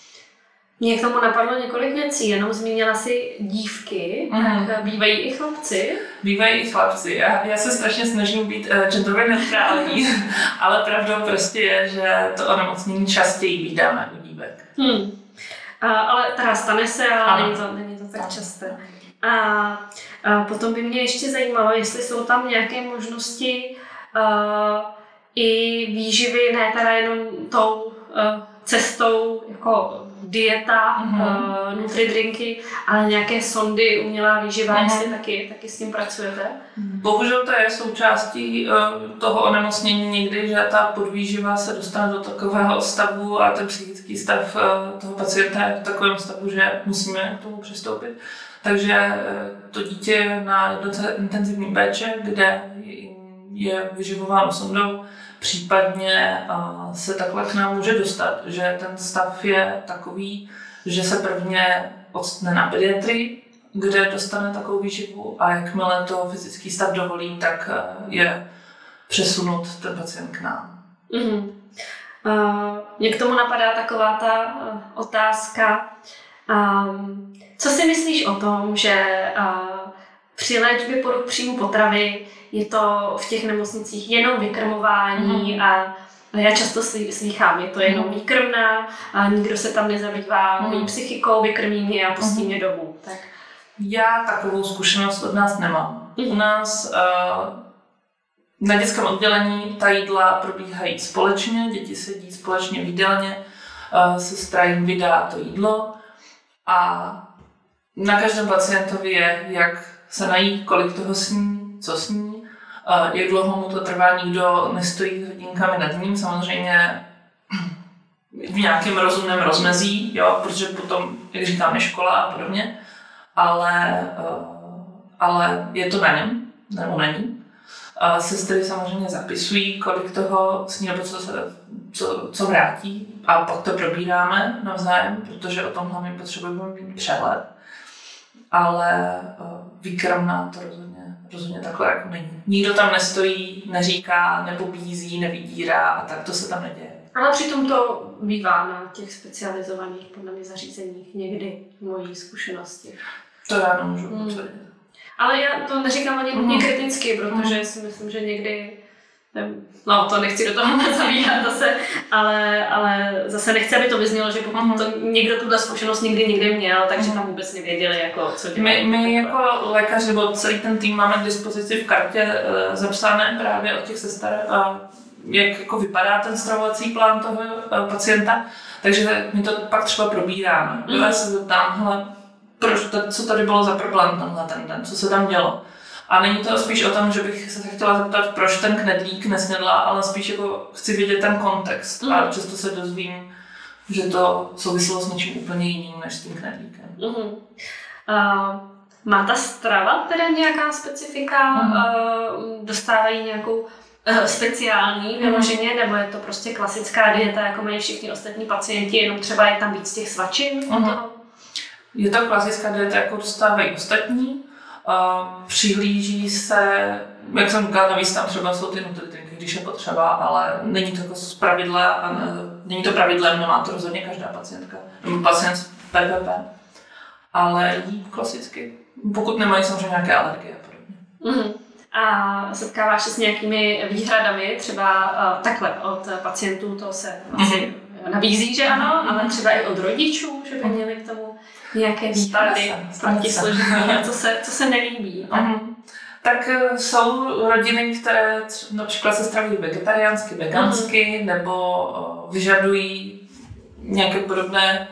Mně k tomu napadlo několik věcí, jenom zmínila si dívky, mm. tak bývají i chlapci. Bývají i chlapci. Já, já se strašně snažím být uh, genderově neutrální, ale pravdou prostě je, že to onemocnění častěji vídáme u dívek. Hmm. A, ale teda stane se, ale není to, není to tak časté. A, a potom by mě ještě zajímalo, jestli jsou tam nějaké možnosti uh, i výživy, ne teda jenom tou uh, cestou jako dieta, mm-hmm. uh, nutridrinky, ale nějaké sondy, umělá výživa, mm-hmm. jestli taky, taky s tím pracujete? Bohužel to je součástí uh, toho onemocnění někdy, že ta podvýživa se dostane do takového stavu a ten psychický stav uh, toho pacienta je v takovém stavu, že musíme k tomu přistoupit. Takže uh, to dítě je na jednotce intenzivní péče, kde je vyživováno sondou, případně uh, se takhle k nám může dostat, že ten stav je takový, že se prvně odstne na pediatrii, kde dostane takovou výživu a jakmile to fyzický stav dovolí, tak uh, je přesunut ten pacient k nám. Mm-hmm. Uh, mě k tomu napadá taková ta uh, otázka, um, co si myslíš o tom, že uh, při léčbě poruch příjmu potravy je to v těch nemocnicích jenom vykrmování mm. a já často slýchám, je to jenom mm. výkrmná a nikdo se tam nezabývá mm. mojí psychikou, vykrmí mě a pustí mm. mě domů. Tak. Já takovou zkušenost od nás nemám. Mm. U nás uh, na dětském oddělení ta jídla probíhají společně, děti sedí společně v jídelně, uh, sestra jim vydá to jídlo a na každém pacientovi je, jak se najít, kolik toho sní, co sní, jak dlouho mu to trvá, nikdo nestojí hodinkami nad ním, samozřejmě v nějakém rozumném rozmezí, jo, protože potom, jak říkáme, škola a podobně, ale, ale je to na něm, nebo na ní. Sestry samozřejmě zapisují, kolik toho sní, nebo co, se, co, co vrátí a pak to probíráme navzájem, protože o tomhle my potřebujeme mít přehled. Ale výkrmná to rozhodně, rozhodně takhle jako není. Nikdo tam nestojí, neříká, nepobízí, nevydírá a tak to se tam neděje. Ale přitom to bývá na těch specializovaných podle mě zařízeních někdy v mojí zkušenosti. To já nemůžu potvrdit. Hmm. Ale já to neříkám ani nutně mm. kriticky, protože mm. si myslím, že někdy, no to nechci do toho zavíhat zase, ale, ale zase nechci, aby to vyznělo, že pokud mm. to někdo tuhle zkušenost nikdy nikdy měl, takže mm. tam vůbec nevěděli, jako, co dělají. My, my jako lékaři, nebo celý ten tým máme k dispozici v kartě uh, zapsané právě od těch sester, uh, jak jako vypadá ten stravovací plán toho uh, pacienta, takže my to pak třeba probíráme. Mm. Já se zeptám, hele, proč, co tady bylo za problém tenhle ten den, co se tam dělo. A není to spíš o tom, že bych se chtěla zeptat, proč ten knedlík nesnědla, ale spíš jako chci vidět ten kontext. Mm. A často se dozvím, že to souviselo s něčím úplně jiným než s tím knedlíkem. Mm. Uh, má ta strava teda nějaká specifika? Mm. Uh, dostávají nějakou uh, speciální vyloženě, mm. nebo je to prostě klasická dieta, jako mají všichni ostatní pacienti, jenom třeba je tam víc těch svačin? Mm. Je to klasická dieta, jako dostávají ostatní. Uh, přihlíží se, jak jsem říkala, navíc tam třeba jsou ty nutritrinky, když je potřeba, ale není to jako z pravidla a ne, není to pravidlem, nemá to rozhodně každá pacientka, nebo pacient s P P P, ale jí klasicky, pokud nemají samozřejmě nějaké alergie a podobně. Mm-hmm. A setkáváš se s nějakými výhradami, třeba uh, takhle od pacientů, to se asi mm-hmm. nabízí, že ano, mm-hmm. ale třeba i od rodičů, že by měli k tomu nějaké výhrady proti složení, co se, co se nelíbí. Uh-huh. Tak uh, jsou rodiny, které například se stravují vegetariánsky, vegansky, uh-huh. nebo uh, vyžadují nějaké podobné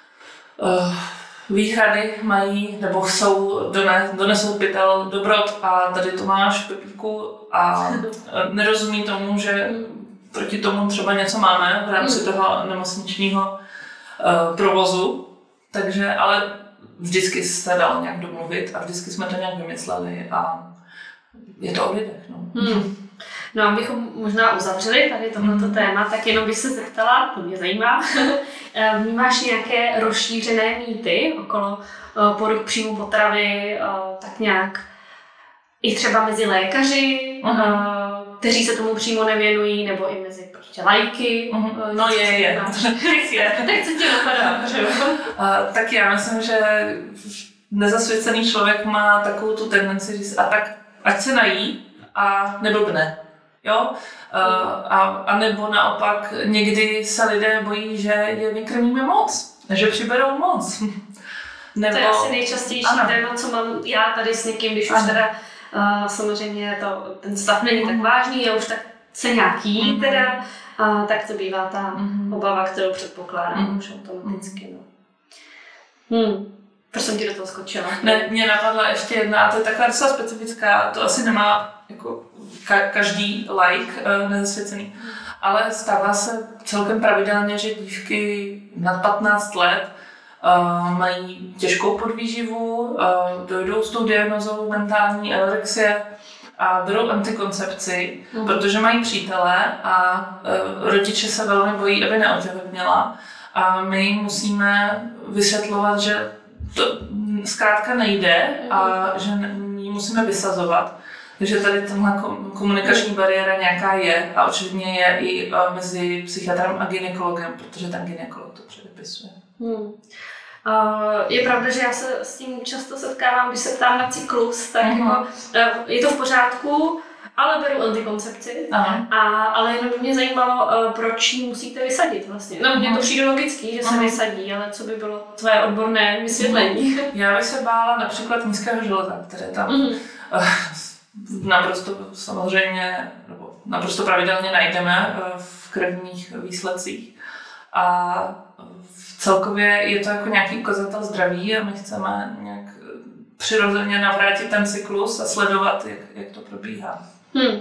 uh, výhrady, mají, nebo jsou, dones, donesou pytel dobrot a tady to máš, Pepíku, a uh, nerozumí tomu, že proti tomu třeba něco máme v rámci toho nemocničního uh, provozu. Takže, ale vždycky se dalo nějak domluvit a vždycky jsme to nějak vymysleli a je to o lidech. No, hmm. no abychom možná uzavřeli tady tohleto hmm. téma, tak jenom bych se zeptala, to mě zajímá, vnímáš nějaké rozšířené mýty okolo poruch příjmu potravy, tak nějak i třeba mezi lékaři, uh-huh. kteří se tomu přímo nevěnují, nebo i mezi prostě lajky. Uh-huh. No je, je. je. Tak co tě napadá? uh, tak já myslím, že nezasvěcený člověk má takovou tu tendenci říct, a tak ať se nají a neblbne. Jo? Uh, a, a nebo naopak někdy se lidé bojí, že je vykrmíme moc, že přiberou moc. Nebo... To je asi nejčastější ano. téma, co mám já tady s někým, když ano. už teda Uh, samozřejmě to, ten stav není tak vážný, je už tak se nějaký mm-hmm. teda, uh, tak to bývá ta mm-hmm. obava, kterou předpokládám mm-hmm. už automaticky. No. Hmm. Proč jsem ti do toho skočila? Ne, mě napadla ještě jedna, a to je taková docela specifická, to asi nemá jako ka- každý like uh, nezasvěcený, ale stává se celkem pravidelně, že dívky nad patnáct let Uh, mají těžkou podvýživu, uh, dojdou s tou diagnózou mentální anorexie a berou antikoncepci, mm. protože mají přítele a uh, rodiče se velmi bojí, aby neotěhotněla. A my jim musíme vysvětlovat, že to zkrátka nejde a že ji musíme vysazovat. Takže tady tenhle komunikační bariéra nějaká je a očividně je i uh, mezi psychiatrem a gynekologem, protože ten gynekolog to předepisuje. Hmm. Uh, je pravda, že já se s tím často setkávám, když se ptám na cyklus, tak uh-huh. jako, uh, je to v pořádku, ale beru antikoncepci. Uh-huh. A, ale jenom by mě zajímalo, uh, proč ji musíte vysadit vlastně. No, mně uh-huh. to přijde logický, že se uh-huh. vysadí, ale co by bylo tvoje odborné vysvětlení? Uh-huh. Já bych se bála například nízkého železa, které tam uh-huh. uh, naprosto samozřejmě, nebo naprosto pravidelně najdeme uh, v krevních výsledcích. A celkově je to jako nějaký ukazatel zdraví a my chceme nějak přirozeně navrátit ten cyklus a sledovat, jak, jak to probíhá. Hmm.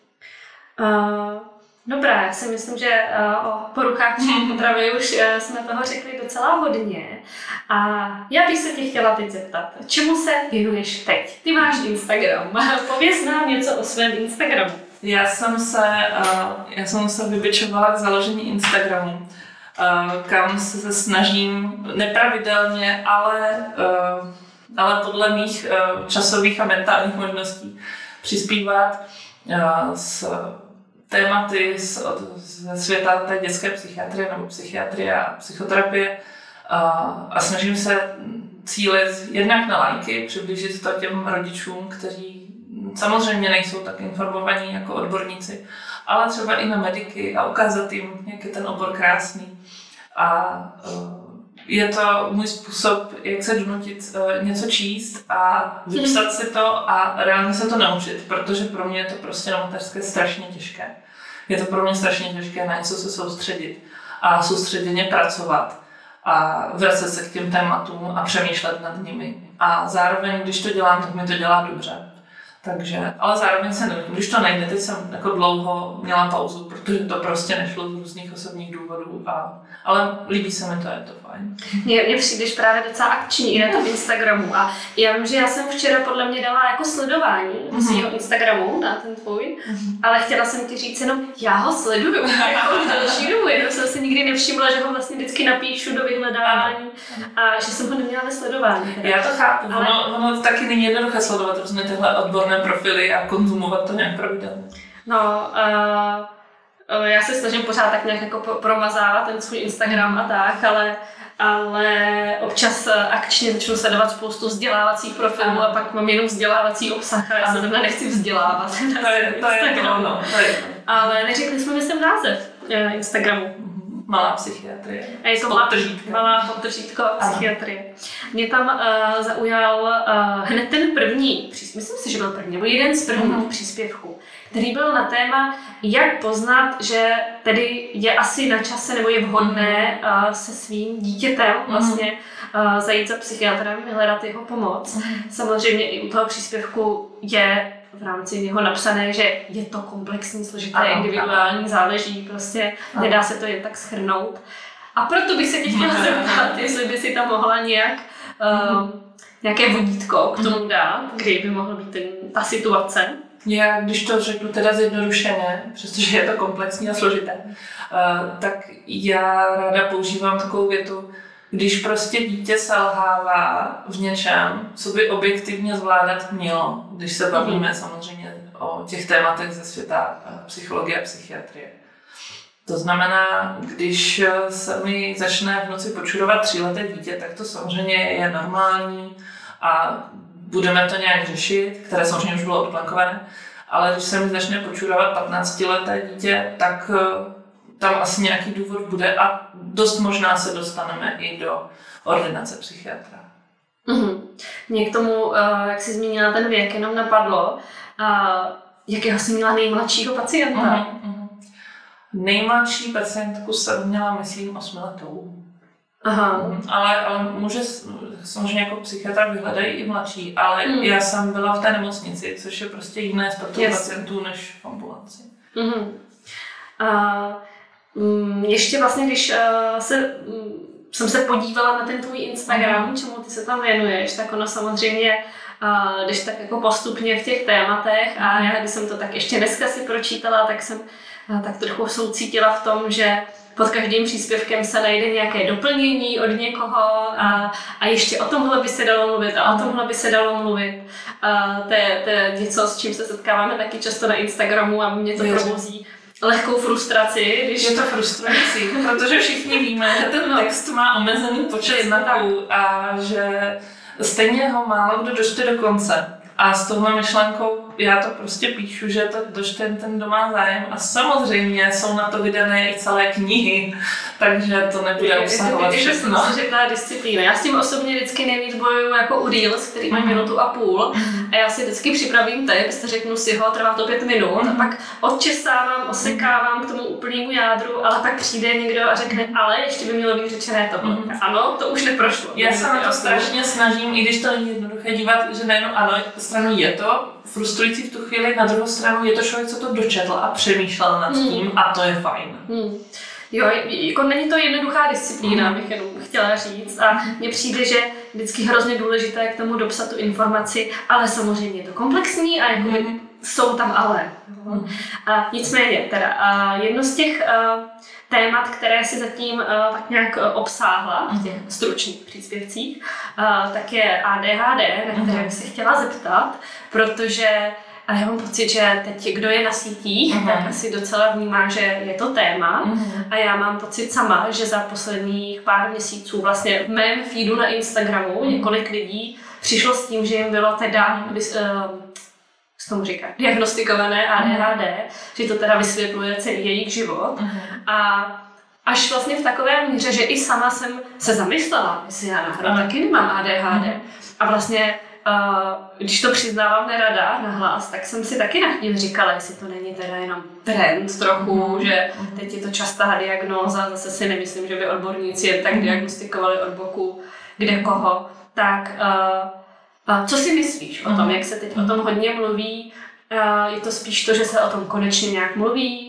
Uh, dobrá, já si myslím, že uh, o poruchách příjmu potravy už uh, jsme toho řekli docela hodně. A já bych se tě chtěla teď zeptat, čemu se věnuješ teď? Ty máš Instagram, pověz nám něco o svém Instagramu. Já jsem se, uh, já jsem se vybičovala k založení Instagramu, kam se snažím nepravidelně, ale, ale podle mých časových a mentálních možností přispívat s tématy ze světa té dětské psychiatrie nebo psychiatrie a psychoterapie a snažím se cílit jednak na lajky, přiblížit to těm rodičům, kteří samozřejmě nejsou tak informovaní jako odborníci, ale třeba i na mediky a ukázat jim, jak je ten obor krásný. A je to můj způsob, jak se donutit něco číst a vypsat si to a reálně se to naučit, protože pro mě je to prostě na mateřské strašně těžké. Je to pro mě strašně těžké na něco se soustředit a soustředěně pracovat a vracet se k těm tématům a přemýšlet nad nimi. A zároveň, když to dělám, tak mi to dělá dobře. Takže, ale zároveň se nevím, když to nejde, teď jsem jako dlouho měla pauzu, protože to prostě nešlo z různých osobních důvodů, a, ale líbí se mi to, je to fajn. Mně, mně přijdeš právě docela akční i na tom Instagramu a já vím, že já jsem včera podle mě dala jako sledování mm-hmm. svého Instagramu na ten tvůj, mm-hmm. ale chtěla jsem ti říct jenom, já ho sleduju jako další dobu, jenom jsem si nikdy nevšimla, že ho vlastně vždycky napíšu do vyhledávání a že jsem ho neměla ve sledování. Teda. Já to chápu, ale... ono, ono taky není jednoduché sledovat různé tyhle odborné profily a konzumovat to nějak pravidelně. No, uh, já se snažím pořád tak nějak jako promazávat ten svůj Instagram a tak, ale, ale občas akčně začnu sledovat spoustu vzdělávacích profilů ano. a pak mám jenom vzdělávací obsah a já se zrovna nechci vzdělávat. To je to, je to no, to je. Ale neřekli jsme, myslím, název uh, Instagramu. Malá psychiatrie. A je to malá, malá podtržítko psychiatrie. Mě tam uh, zaujal uh, hned ten první, myslím si, že byl první, nebo jeden z prvních uh-huh. příspěvků, který byl na téma, jak poznat, že tedy je asi na čase nebo je vhodné uh, se svým dítětem vlastně uh, zajít za psychiatrem, vyhledat jeho pomoc. Uh-huh. Samozřejmě i u toho příspěvku je v rámci něho napsané, že je to komplexní, složité, ano, individuální, ano. záleží, prostě ano. nedá se to jen tak shrnout. A proto bych se tě chtěla zeptat, jestli by si tam mohla nějak uh, nějaké vodítko k tomu dát, kdy by mohla být ten, ta situace. Já, když to řeknu teda zjednodušeně, přestože je to komplexní a složité, uh, tak já ráda používám takovou větu, když prostě dítě selhává v něčem, co by objektivně zvládat mělo, když se bavíme mm. samozřejmě o těch tématech ze světa psychologie a psychiatrie. To znamená, když se mi začne v noci počurovat tříleté dítě, tak to samozřejmě je normální a budeme to nějak řešit, které samozřejmě už bylo odplankované, ale když se mi začne počurovat patnáctileté dítě, tak tam asi nějaký důvod bude a dost možná se dostaneme i do ordinace psychiatra. Mm-hmm. Mě k tomu, jak jsi zmínila ten věk, jenom napadlo, jakého jsi měla nejmladšího pacienta? Mm-hmm. Nejmladší pacientku jsem měla, myslím, osmiletou. Aha. Mm, ale, ale může, samozřejmě jako psychiatra vyhledají i mladší, ale mm. já jsem byla v té nemocnici, což je prostě jiné spektrum yes. pacientů než v ambulanci. Mm-hmm. Uh, Ještě vlastně, když uh, se, um, jsem se podívala na ten tvůj Instagram, čemu ty se tam věnuješ, tak ono samozřejmě, uh, když tak jako postupně v těch tématech a já, když jsem to tak ještě dneska si pročítala, tak jsem uh, tak trochu soucítila v tom, že pod každým příspěvkem se najde nějaké doplnění od někoho a, a ještě o tomhle by se dalo mluvit a o tomhle by se dalo mluvit. Uh, to, je, to je něco, s čím se setkáváme taky často na Instagramu a mě to probouzí lehkou frustraci, když... Je to frustrující, protože všichni víme, že ten text má omezený počet znaků a že stejně ho málo kdo dočte do konce. A s touhle myšlenkou já to prostě píšu, že to dočte ten, kdo má zájem a samozřejmě jsou na to vydané i celé knihy, takže to nebude obsahovat všechno. Je to řekla disciplína. Já s tím osobně vždycky nejvíc bojuju jako u Reels, který má minutu a půl a já si vždycky připravím text, řeknu si ho, trvá to pět minut a pak odčesávám, osekávám k tomu úplnému jádru, ale pak přijde někdo a řekne, ale ještě by mělo být řečené tohle. Ano, to už neprošlo. Já se na to strašně snažím, i když to není jednoduché dívat, že nejenom ano, stranu je to frustrující v tu chvíli, na druhou stranu je to člověk, co to dočetl a přemýšlel nad tím hmm. a to je fajn. Hmm. Jo, jako není to jednoduchá disciplína, hmm. bych jenom chtěla říct a mně přijde, že vždycky hrozně důležité k tomu dopsat tu informaci, ale samozřejmě je to komplexní a jako hmm. jsou tam ale. Hmm. A nicméně, teda, a jedno z těch a, témat, které si zatím uh, tak nějak uh, obsáhla v těch stručných příspěvcích, uh, tak je A D H D, na které bych se chtěla zeptat, protože ale já mám pocit, že teď, kdo je na sítích, mm-hmm. tak asi docela vnímá, že je to téma. Mm-hmm. A já mám pocit sama, že za posledních pár měsíců vlastně v mém feedu na Instagramu mm-hmm. několik lidí přišlo s tím, že jim bylo teda, uh, co tomu říká, diagnostikované A D H D, mm-hmm. že to teda vysvětluje celý jejich život. Mm-hmm. A až vlastně v takové míře, že i sama jsem se zamyslela, jestli já náhodou taky nemám A D H D. Mm-hmm. A vlastně Uh, když to přiznávám nerada nahlas, tak jsem si taky na chvíli říkala, jestli to není teda jenom trend trochu, mm-hmm. že teď je to častá diagnóza, zase si nemyslím, že by odborníci jen tak diagnostikovali od boku kde koho. Tak uh, uh, co si myslíš o tom, jak se teď o tom hodně mluví? Uh, je to spíš to, že se o tom konečně nějak mluví?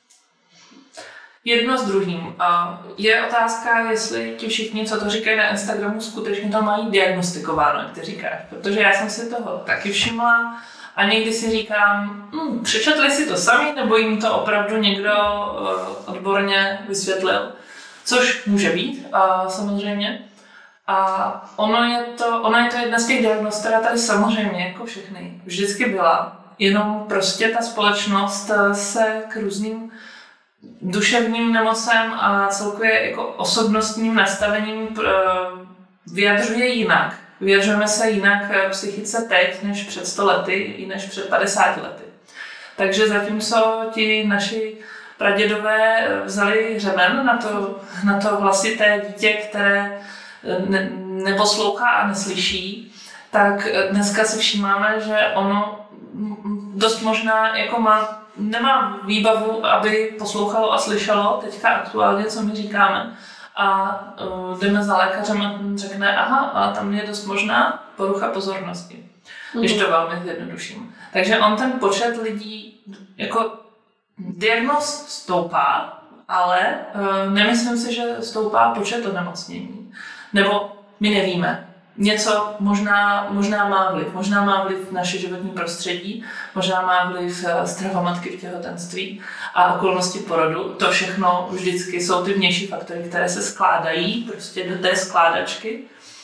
Jedno s druhým. Je otázka, jestli ti všichni, co to říkají na Instagramu, skutečně to mají diagnostikováno, jak ty říkáš. Protože já jsem si toho taky všimla a někdy si říkám, hm, přečetli si to sami, nebo jim to opravdu někdo uh, odborně vysvětlil. Což může být, uh, samozřejmě. A ono je, to, ono je to jedna z těch diagnóz, která tady samozřejmě, jako všechny, vždycky byla. Jenom prostě ta společnost se k různým duševním nemocem a celkově jako osobnostním nastavením vyjadřuje jinak. Vyjadřujeme se jinak psychice teď, než před sto lety, i než před padesáti lety. Takže zatímco ti naši pradědové vzali hřeben na to, na to hlasité dítě, které ne, neposlouchá a neslyší, tak dneska si všímáme, že ono dost možná jako má nemá výbavu, aby poslouchalo a slyšelo teďka aktuálně, co my říkáme. A uh, jdeme za lékařem a ten řekne, aha, a tam je dost možná porucha pozornosti. Mm. Když to velmi zjednoduším. Takže on ten počet lidí, jako diagnóz stoupá, ale uh, nemyslím si, že stoupá počet onemocnění. Nebo my nevíme. Něco možná, možná má vliv. Možná má vliv naše životní prostředí, možná má vliv strava matky v těhotenství a okolnosti porodu. To všechno vždycky jsou ty vnější faktory, které se skládají prostě do té skládačky.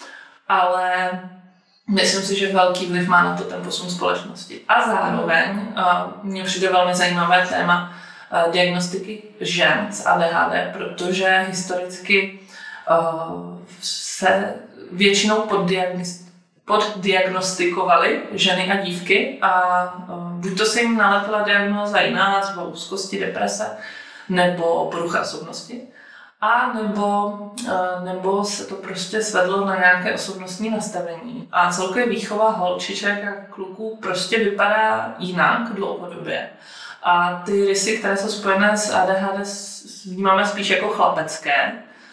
Ale myslím si, že velký vliv má na to ten posun společnosti. A zároveň mně přijde velmi zajímavé téma diagnostiky žen s A D H D, protože historicky se většinou poddiagnostikovali ženy a dívky a buď to se jim nalepila diagnóza jiná, třeba úzkosti, deprese nebo porucha osobnosti, a nebo, nebo se to prostě svedlo na nějaké osobnostní nastavení. A celkově výchova holčiček a kluků prostě vypadá jinak dlouhodobě. A ty rysy, které jsou spojené s A D H D, vnímáme spíš jako chlapecké.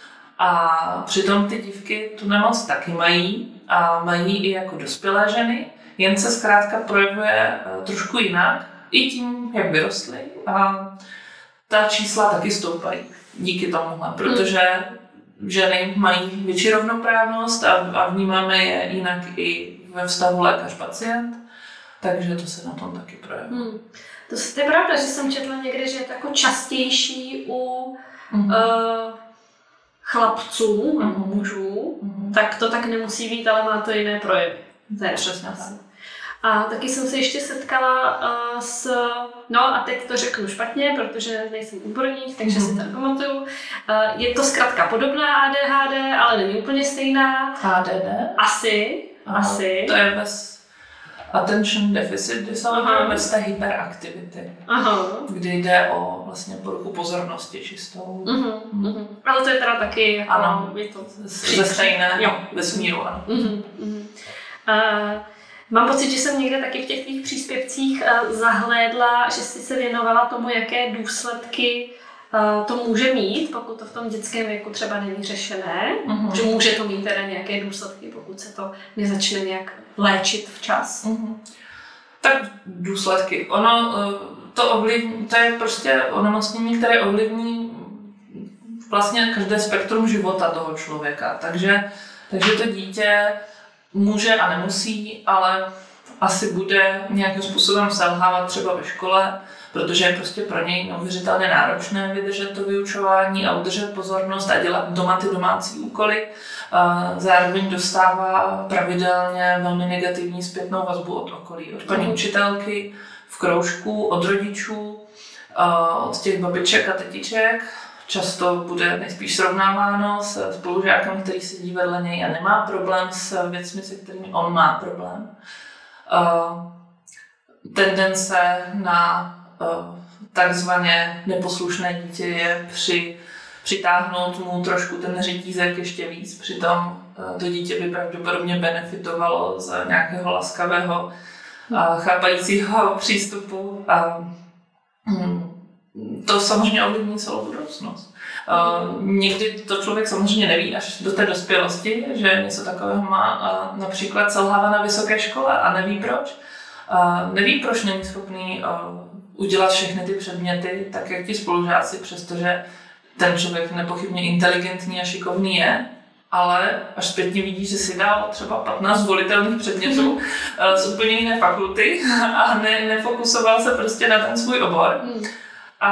A přitom ty dívky tu nemoc taky mají a mají i jako dospělé ženy, jen se zkrátka projevuje trošku jinak, i tím, jak vyrostly. A ta čísla taky stoupají díky tomuhle, protože ženy mají větší rovnoprávnost a, a vnímáme je jinak i ve vztahu lékař-pacient, takže to se na tom taky projevuje. Hmm. To, to je pravda, že jsem četla někde, že je to jako častější u hmm. uh, chlapců, mm-hmm. mužů, mm-hmm. tak to tak nemusí být, ale má to jiné projevy. To je přesně tak. A taky jsem se ještě setkala uh, s, no a teď to řeknu špatně, protože nejsem odborník, takže mm-hmm. si to pamatuju. Uh, je to zkrátka podobná A D H D, ale není úplně stejná. A D D? Asi, Aha, asi. To je bez attention deficit disorder, bez té hyperaktivity, Aha. kdy jde o vlastně poruchu pozornosti čistou. Uh-huh, uh-huh. Ale to je teda taky jako, ano, je to ze stejné vesmíru. Ano. Uh-huh, uh-huh. Uh, mám pocit, že jsem někde taky v těch tvých příspěvcích uh, zahlédla, že jsi se věnovala tomu, jaké důsledky uh, to může mít, pokud to v tom dětském věku třeba není řešené. Uh-huh. Že může to mít teda nějaké důsledky, pokud se to nezačne nějak léčit včas. Uh-huh. Tak důsledky. Ono to ovlivní, to je prostě onemocnění, které ovlivní vlastně každé spektrum života toho člověka. Takže, takže to dítě může a nemusí, ale asi bude nějakým způsobem selhávat třeba ve škole, protože je prostě pro něj neuvěřitelně náročné vydržet to vyučování a udržet pozornost a dělat doma ty domácí úkoly. Zároveň dostává pravidelně velmi negativní zpětnou vazbu od okolí, od paní učitelky, v kroužku, od rodičů, od těch babiček a tetiček. Často bude nejspíš srovnáváno s spolužákem, který sedí vedle něj a nemá problém s věcmi, se kterými on má problém. Tendence na takzvaně neposlušné dítě je při, přitáhnout mu trošku ten řetízek ještě víc. Přitom to dítě by pravděpodobně benefitovalo z nějakého laskavého a chápajícího přístupu. A to samozřejmě ovlivní celou budoucnost. Uh, někdy to člověk samozřejmě neví až do té dospělosti, že něco takového má. Uh, například selhává na vysoké škole a neví proč. Uh, neví, proč není schopný uh, udělat všechny ty předměty tak, jak ti spolužáci, přestože ten člověk nepochybně inteligentní a šikovný je, ale až zpětně vidí, že si dal třeba patnáct volitelných předmětů uh, z úplně jiné fakulty a ne, nefokusoval se prostě na ten svůj obor. A,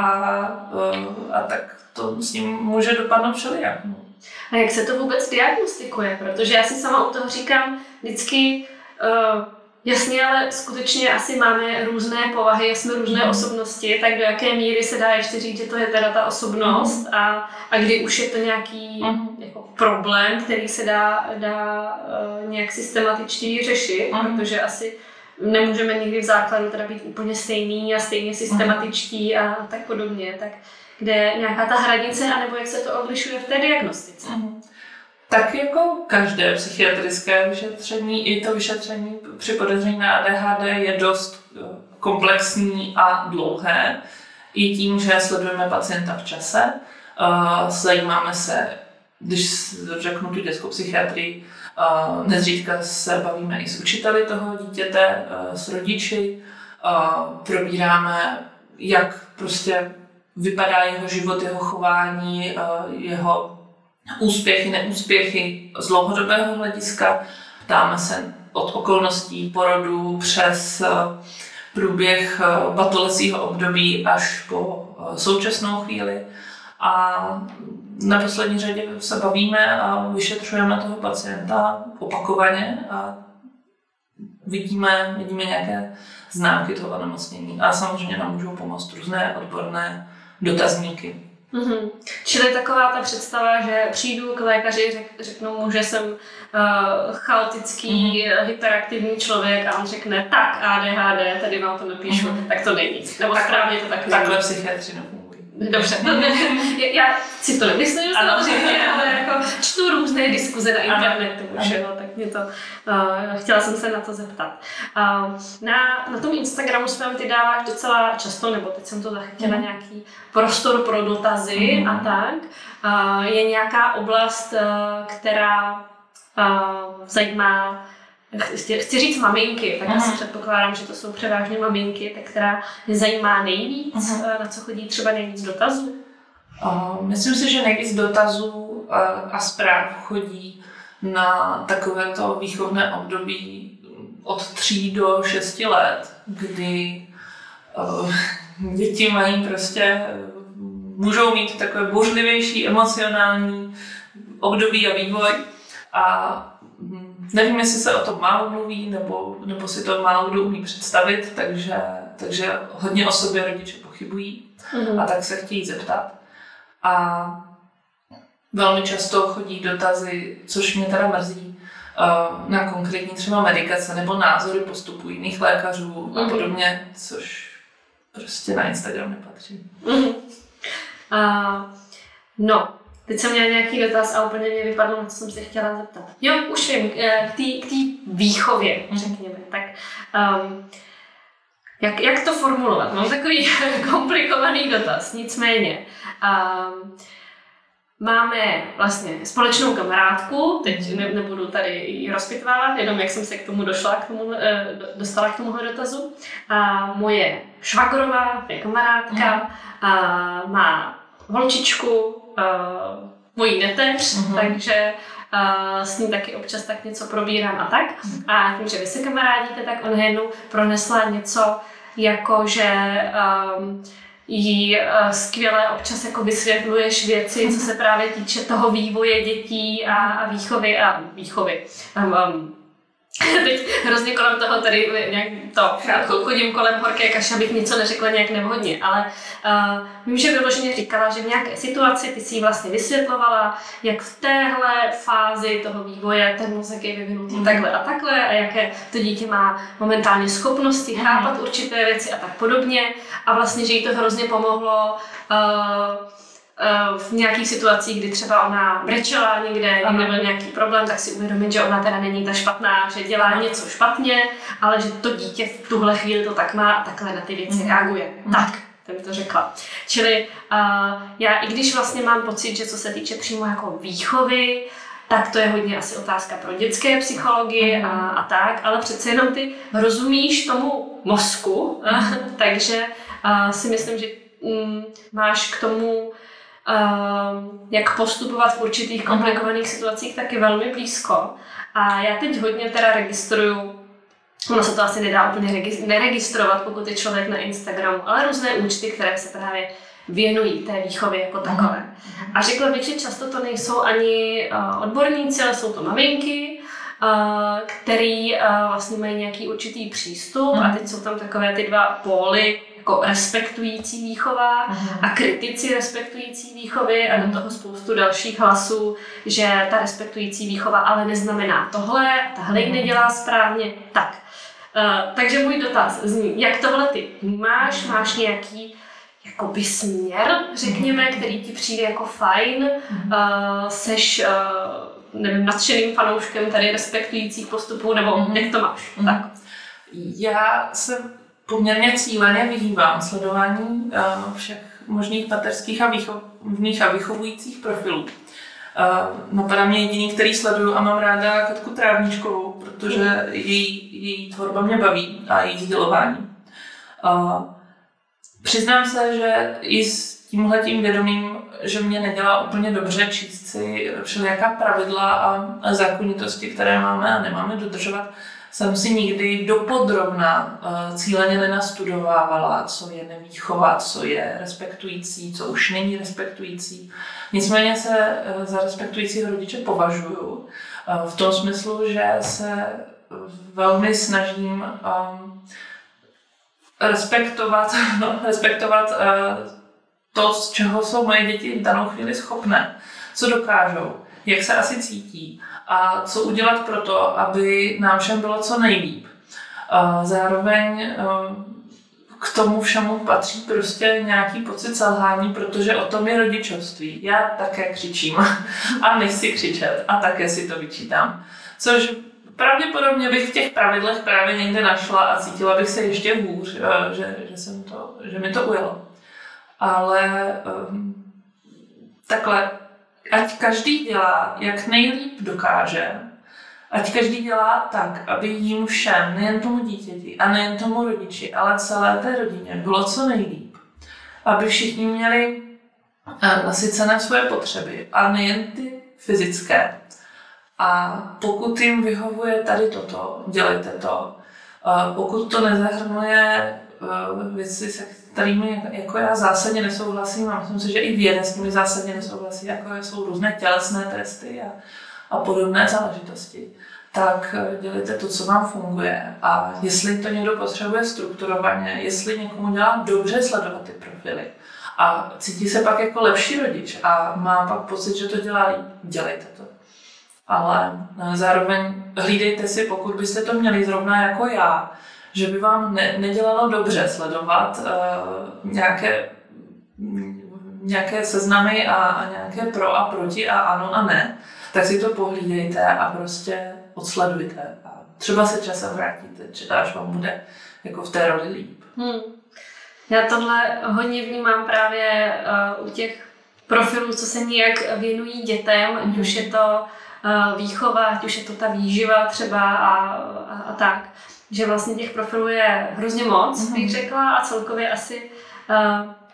a tak to s ním může dopadnout všelijak. A jak se to vůbec diagnostikuje? Protože já si sama u toho říkám vždycky, uh, jasně, ale skutečně asi máme různé povahy, jsme různé mm. osobnosti, tak do jaké míry se dá ještě říct, že to je teda ta osobnost mm. a, a kdy už je to nějaký mm. jako problém, který se dá, dá uh, nějak systematičtěji řešit, mm. protože asi nemůžeme nikdy v základu teda být úplně stejný a stejně systematičtí a tak podobně, tak kde je nějaká ta hranice, anebo jak se to odlišuje v té diagnostice? Mm. Tak jako každé psychiatrické vyšetření, i to vyšetření při podezření na A D H D je dost komplexní a dlouhé. I tím, že sledujeme pacienta v čase, zajímáme se, když řeknu tu dětskou psychiatrii, Uh, nezřídka se bavíme i s učiteli toho dítěte, uh, s rodiči, uh, probíráme, jak prostě vypadá jeho život, jeho chování, uh, jeho úspěchy, neúspěchy z dlouhodobého hlediska. Ptáme se od okolností porodu přes uh, průběh uh, batolesího období až po uh, současnou chvíli. A na poslední řadě se bavíme a vyšetřujeme toho pacienta opakovaně a vidíme, vidíme nějaké známky toho onemocnění. A samozřejmě nám můžou pomoct různé odborné dotazníky. Mm-hmm. Čili taková ta představa, že přijdu k lékaři, řek, řeknu mu, že jsem uh, chaotický, mm-hmm. hyperaktivní člověk a on řekne tak A D H D, tady vám to napíšu, mm-hmm. tak to není. Nebo tak, správně to tak není. Takhle psychiatři nefungují. Dobře, já si to nemyslím samozřejmě, ale jako čtu různé diskuze na internetu, už, jo, tak mě to, uh, chtěla jsem se na to zeptat. Uh, na, na tom Instagramu svém ty dáváš docela často, nebo teď jsem to zachytila, mm. nějaký prostor pro dotazy mm. a tak. Uh, je nějaká oblast, uh, která uh, zajímá, Chci, chci říct maminky, tak uh-huh. asi předpokládám, že to jsou převážně maminky, tak která mě zajímá nejvíc, uh-huh. na co chodí třeba nejvíc dotazů? Uh, myslím si, že nejvíc dotazů uh, a zpráv chodí na takovéto výchovné období od tří do šesti let, kdy uh, děti mají prostě, můžou mít takové bouřlivější emocionální období a vývoj a nevím, jestli se o tom málo mluví, nebo, nebo si to málo kdo umí představit, takže, takže hodně o sobě rodiče pochybují mm-hmm. a tak se chtějí zeptat. A velmi často chodí dotazy, což mě teda mrzí, na konkrétní třeba medikace nebo názory postupu jiných lékařů mm-hmm. a podobně, což prostě na Instagram nepatří. Mm-hmm. Uh, no. Teď jsem měla nějaký dotaz a úplně mě vypadlo, na co jsem se chtěla zeptat. Jo, už vím, k té výchově, řekněme. Tak, um, jak, jak to formulovat? Mám takový komplikovaný dotaz, nicméně. Um, máme vlastně společnou kamarádku, teď ne, nebudu tady ji rozpitvávat, jenom jak jsem se k tomu došla, k tomu, dostala k tomuhle dotazu. A moje švagrová je kamarádka, a má holčičku, Uh, mojí neteř, uh-huh. takže uh, s ní taky občas tak něco probírám a tak. Uh-huh. A tím, že vy se kamarádíte, tak ona jednou pronesla něco jako, že um, jí uh, skvěle občas jako vysvětluješ věci, co se právě týče toho vývoje dětí a, a výchovy a výchovy. Um, um, Teď hrozně kolem toho tady nějak to chodím kolem horké kaše, abych něco neřekla nějak nevhodně, ale uh, vím, že vyloženě říkala, že v nějaké situaci ty si vlastně vysvětlovala, jak v téhle fázi toho vývoje ten mozek je vyvinutý mm. takhle a takhle a jaké to dítě má momentálně schopnosti mm. chápat určité věci a tak podobně a vlastně, že jí to hrozně pomohlo uh, v nějakých situacích, kdy třeba ona brečela někde, někde byl nějaký problém, tak si uvědomit, že ona teda není ta špatná, že dělá něco špatně, ale že to dítě v tuhle chvíli to tak má a takhle na ty věci mm. reaguje. Mm. Tak, to mi to řekla. Čili uh, já, i když vlastně mám pocit, že co se týče přímo jako výchovy, tak to je hodně asi otázka pro dětské psychologii mm. a, a tak, ale přece jenom ty rozumíš tomu mozku, mm. takže uh, si myslím, že um, máš k tomu Uh, jak postupovat v určitých komplikovaných situacích, taky velmi blízko. A já teď hodně teda registruju, ono se to asi nedá úplně neregistrovat, pokud je člověk na Instagramu, ale různé účty, které se právě věnují té výchově jako takové. A řekla bych, že často to nejsou ani uh, odborníci, ale jsou to maminky, uh, který uh, vlastně mají nějaký určitý přístup a teď jsou tam takové ty dva póly, jako respektující výchova uh-huh. a kritici respektující výchovy a do toho spoustu dalších hlasů, že ta respektující výchova ale neznamená tohle, tahle ji nedělá správně, tak. Uh, takže můj dotaz zní, jak tohle ty vnímáš, máš nějaký jakoby směr, řekněme, který ti přijde jako fajn, uh, seš uh, nevím, nadšeným fanouškem tady respektujících postupů, nebo uh-huh. jak to máš? Uh-huh. Tak. Já jsem poměrně cíleně vyhýbám sledování uh, všech možných mateřských a výchovných a vychovujících profilů. Uh, napadá mě jediný, který sleduju a mám ráda Katku Trávníčkovou, protože její, její tvorba mě baví a její sdělování. Uh, přiznám se, že i s tímhletím vědomím, že mě nedělá úplně dobře číst si všelijaká pravidla a, a zákonitosti, které máme a nemáme dodržovat, jsem si nikdy dopodrobna uh, cíleně nenastudovávala, co je nevýchova, co je respektující, co už není respektující. Nicméně se uh, za respektujícího rodiče považuju uh, v tom smyslu, že se velmi snažím um, respektovat, no, respektovat uh, to, z čeho jsou moje děti v danou chvíli schopné, co dokážou, jak se asi cítí a co udělat pro to, aby nám všem bylo co nejlíp. Zároveň k tomu všemu patří prostě nějaký pocit selhání, protože o tom je rodičovství. Já také křičím a nechci křičet a také si to vyčítám. Což pravděpodobně bych v těch pravidlech právě někde našla a cítila bych se ještě hůř, že, že, jsem to, že mi to ujelo. Ale um, takhle, ať každý dělá, jak nejlíp dokáže, ať každý dělá tak, aby jim všem, nejen tomu dítěti a nejen tomu rodiči, ale celé té rodině bylo co nejlíp. Aby všichni měli nasycené svoje potřeby, a nejen ty fyzické. A pokud jim vyhovuje tady toto, dělejte to. Pokud to nezahrnuje věci, se kterými jako já zásadně nesouhlasím, a myslím si, že i věda s nimi zásadně nesouhlasí, jako jsou různé tělesné testy a, a podobné záležitosti, tak dělejte to, co vám funguje. A jestli to někdo potřebuje strukturovaně, jestli někomu dělá dobře sledovat ty profily a cítí se pak jako lepší rodič a má pak pocit, že to dělá líp, dělejte to. Ale zároveň hlídejte si, pokud byste to měli zrovna jako já, že by vám ne, nedělalo dobře sledovat uh, nějaké, nějaké seznamy a, a nějaké pro a proti a ano a ne, tak si to pohlídejte a prostě odsledujte. A třeba se časem vrátíte, až vám bude jako v té roli líp. Hmm. Já tohle hodně vnímám právě uh, u těch profilů, co se nějak věnují dětem, ať už je to uh, výchova, ať už je to ta výživa třeba a, a, a tak. Že vlastně těch profilů je hrozně moc, mm-hmm. bych řekla, a celkově asi uh,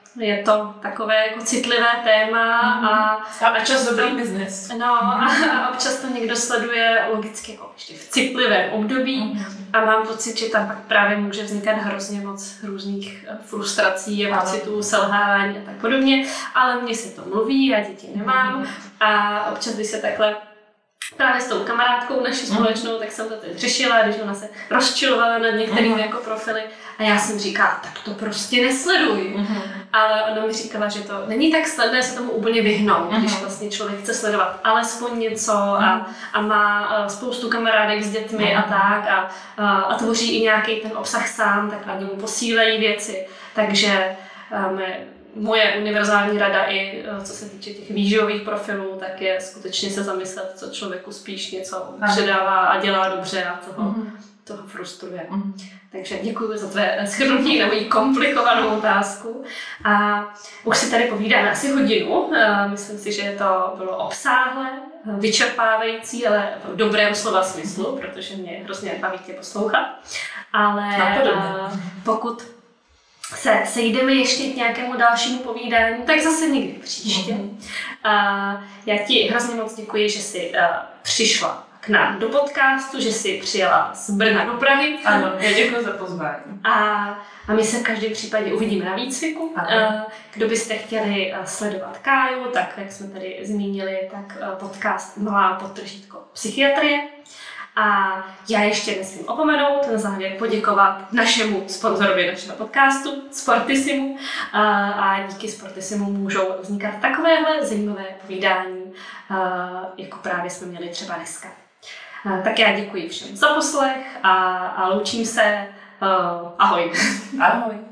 je to takové jako citlivé téma mm-hmm. a, a občas dobrý biznis. No mm-hmm. a občas to někdo sleduje logicky jako ještě v citlivém období mm-hmm. a mám pocit, že tam pak právě může vznikat hrozně moc různých frustrací a pocitů, selhávání a tak podobně, ale mně se to mluví, já děti nemám mm-hmm. a občas, když se takhle právě s tou kamarádkou naší společnou, tak jsem to teď řešila, když ona se rozčilovala nad některými mm. jako profily a já jsem říkala, tak to prostě nesleduj. Mm. Ale ona mi říkala, že to není tak snadné se tomu úplně vyhnout, mm. když vlastně člověk chce sledovat alespoň něco a, a má spoustu kamarádek s dětmi mm. a tak a, a, a tvoří i nějaký ten obsah sám, tak na němu posílají věci. Takže um, moje univerzální rada i co se týče těch výživových profilů, tak je skutečně se zamyslet, co člověku spíš něco předává a dělá dobře a toho, mm. toho frustruje. Mm. Takže děkuji za tvé shrnutí na moji komplikovanou otázku. A už si tady povídáme asi hodinu. Myslím si, že to bylo obsáhlé, vyčerpávající, ale v dobrém slova smyslu, protože mě hrozně baví tě poslouchat. Ale pokud se sejdeme ještě k nějakému dalšímu povídání, tak zase někdy příště. Mm-hmm. A já ti hrozně moc děkuji, že jsi uh, přišla k nám do podcastu, že jsi přijela z Brna do Prahy. Ano, já děkuji za pozvání. A, a my se v každém případě uvidíme na výcviku. Uh, kdo byste chtěli uh, sledovat Káju, tak jak jsme tady zmínili, tak uh, podcast Malá podtržítko psychiatrie. A já ještě nesmím opomenout, na závěr poděkovat našemu sponzorovi našeho podcastu, Sportissimu. A díky Sportissimu můžou vznikat takovéhle zajímavé povídání, jako právě jsme měli třeba dneska. Tak já děkuji všem za poslech a, a loučím se. Ahoj. Ahoj.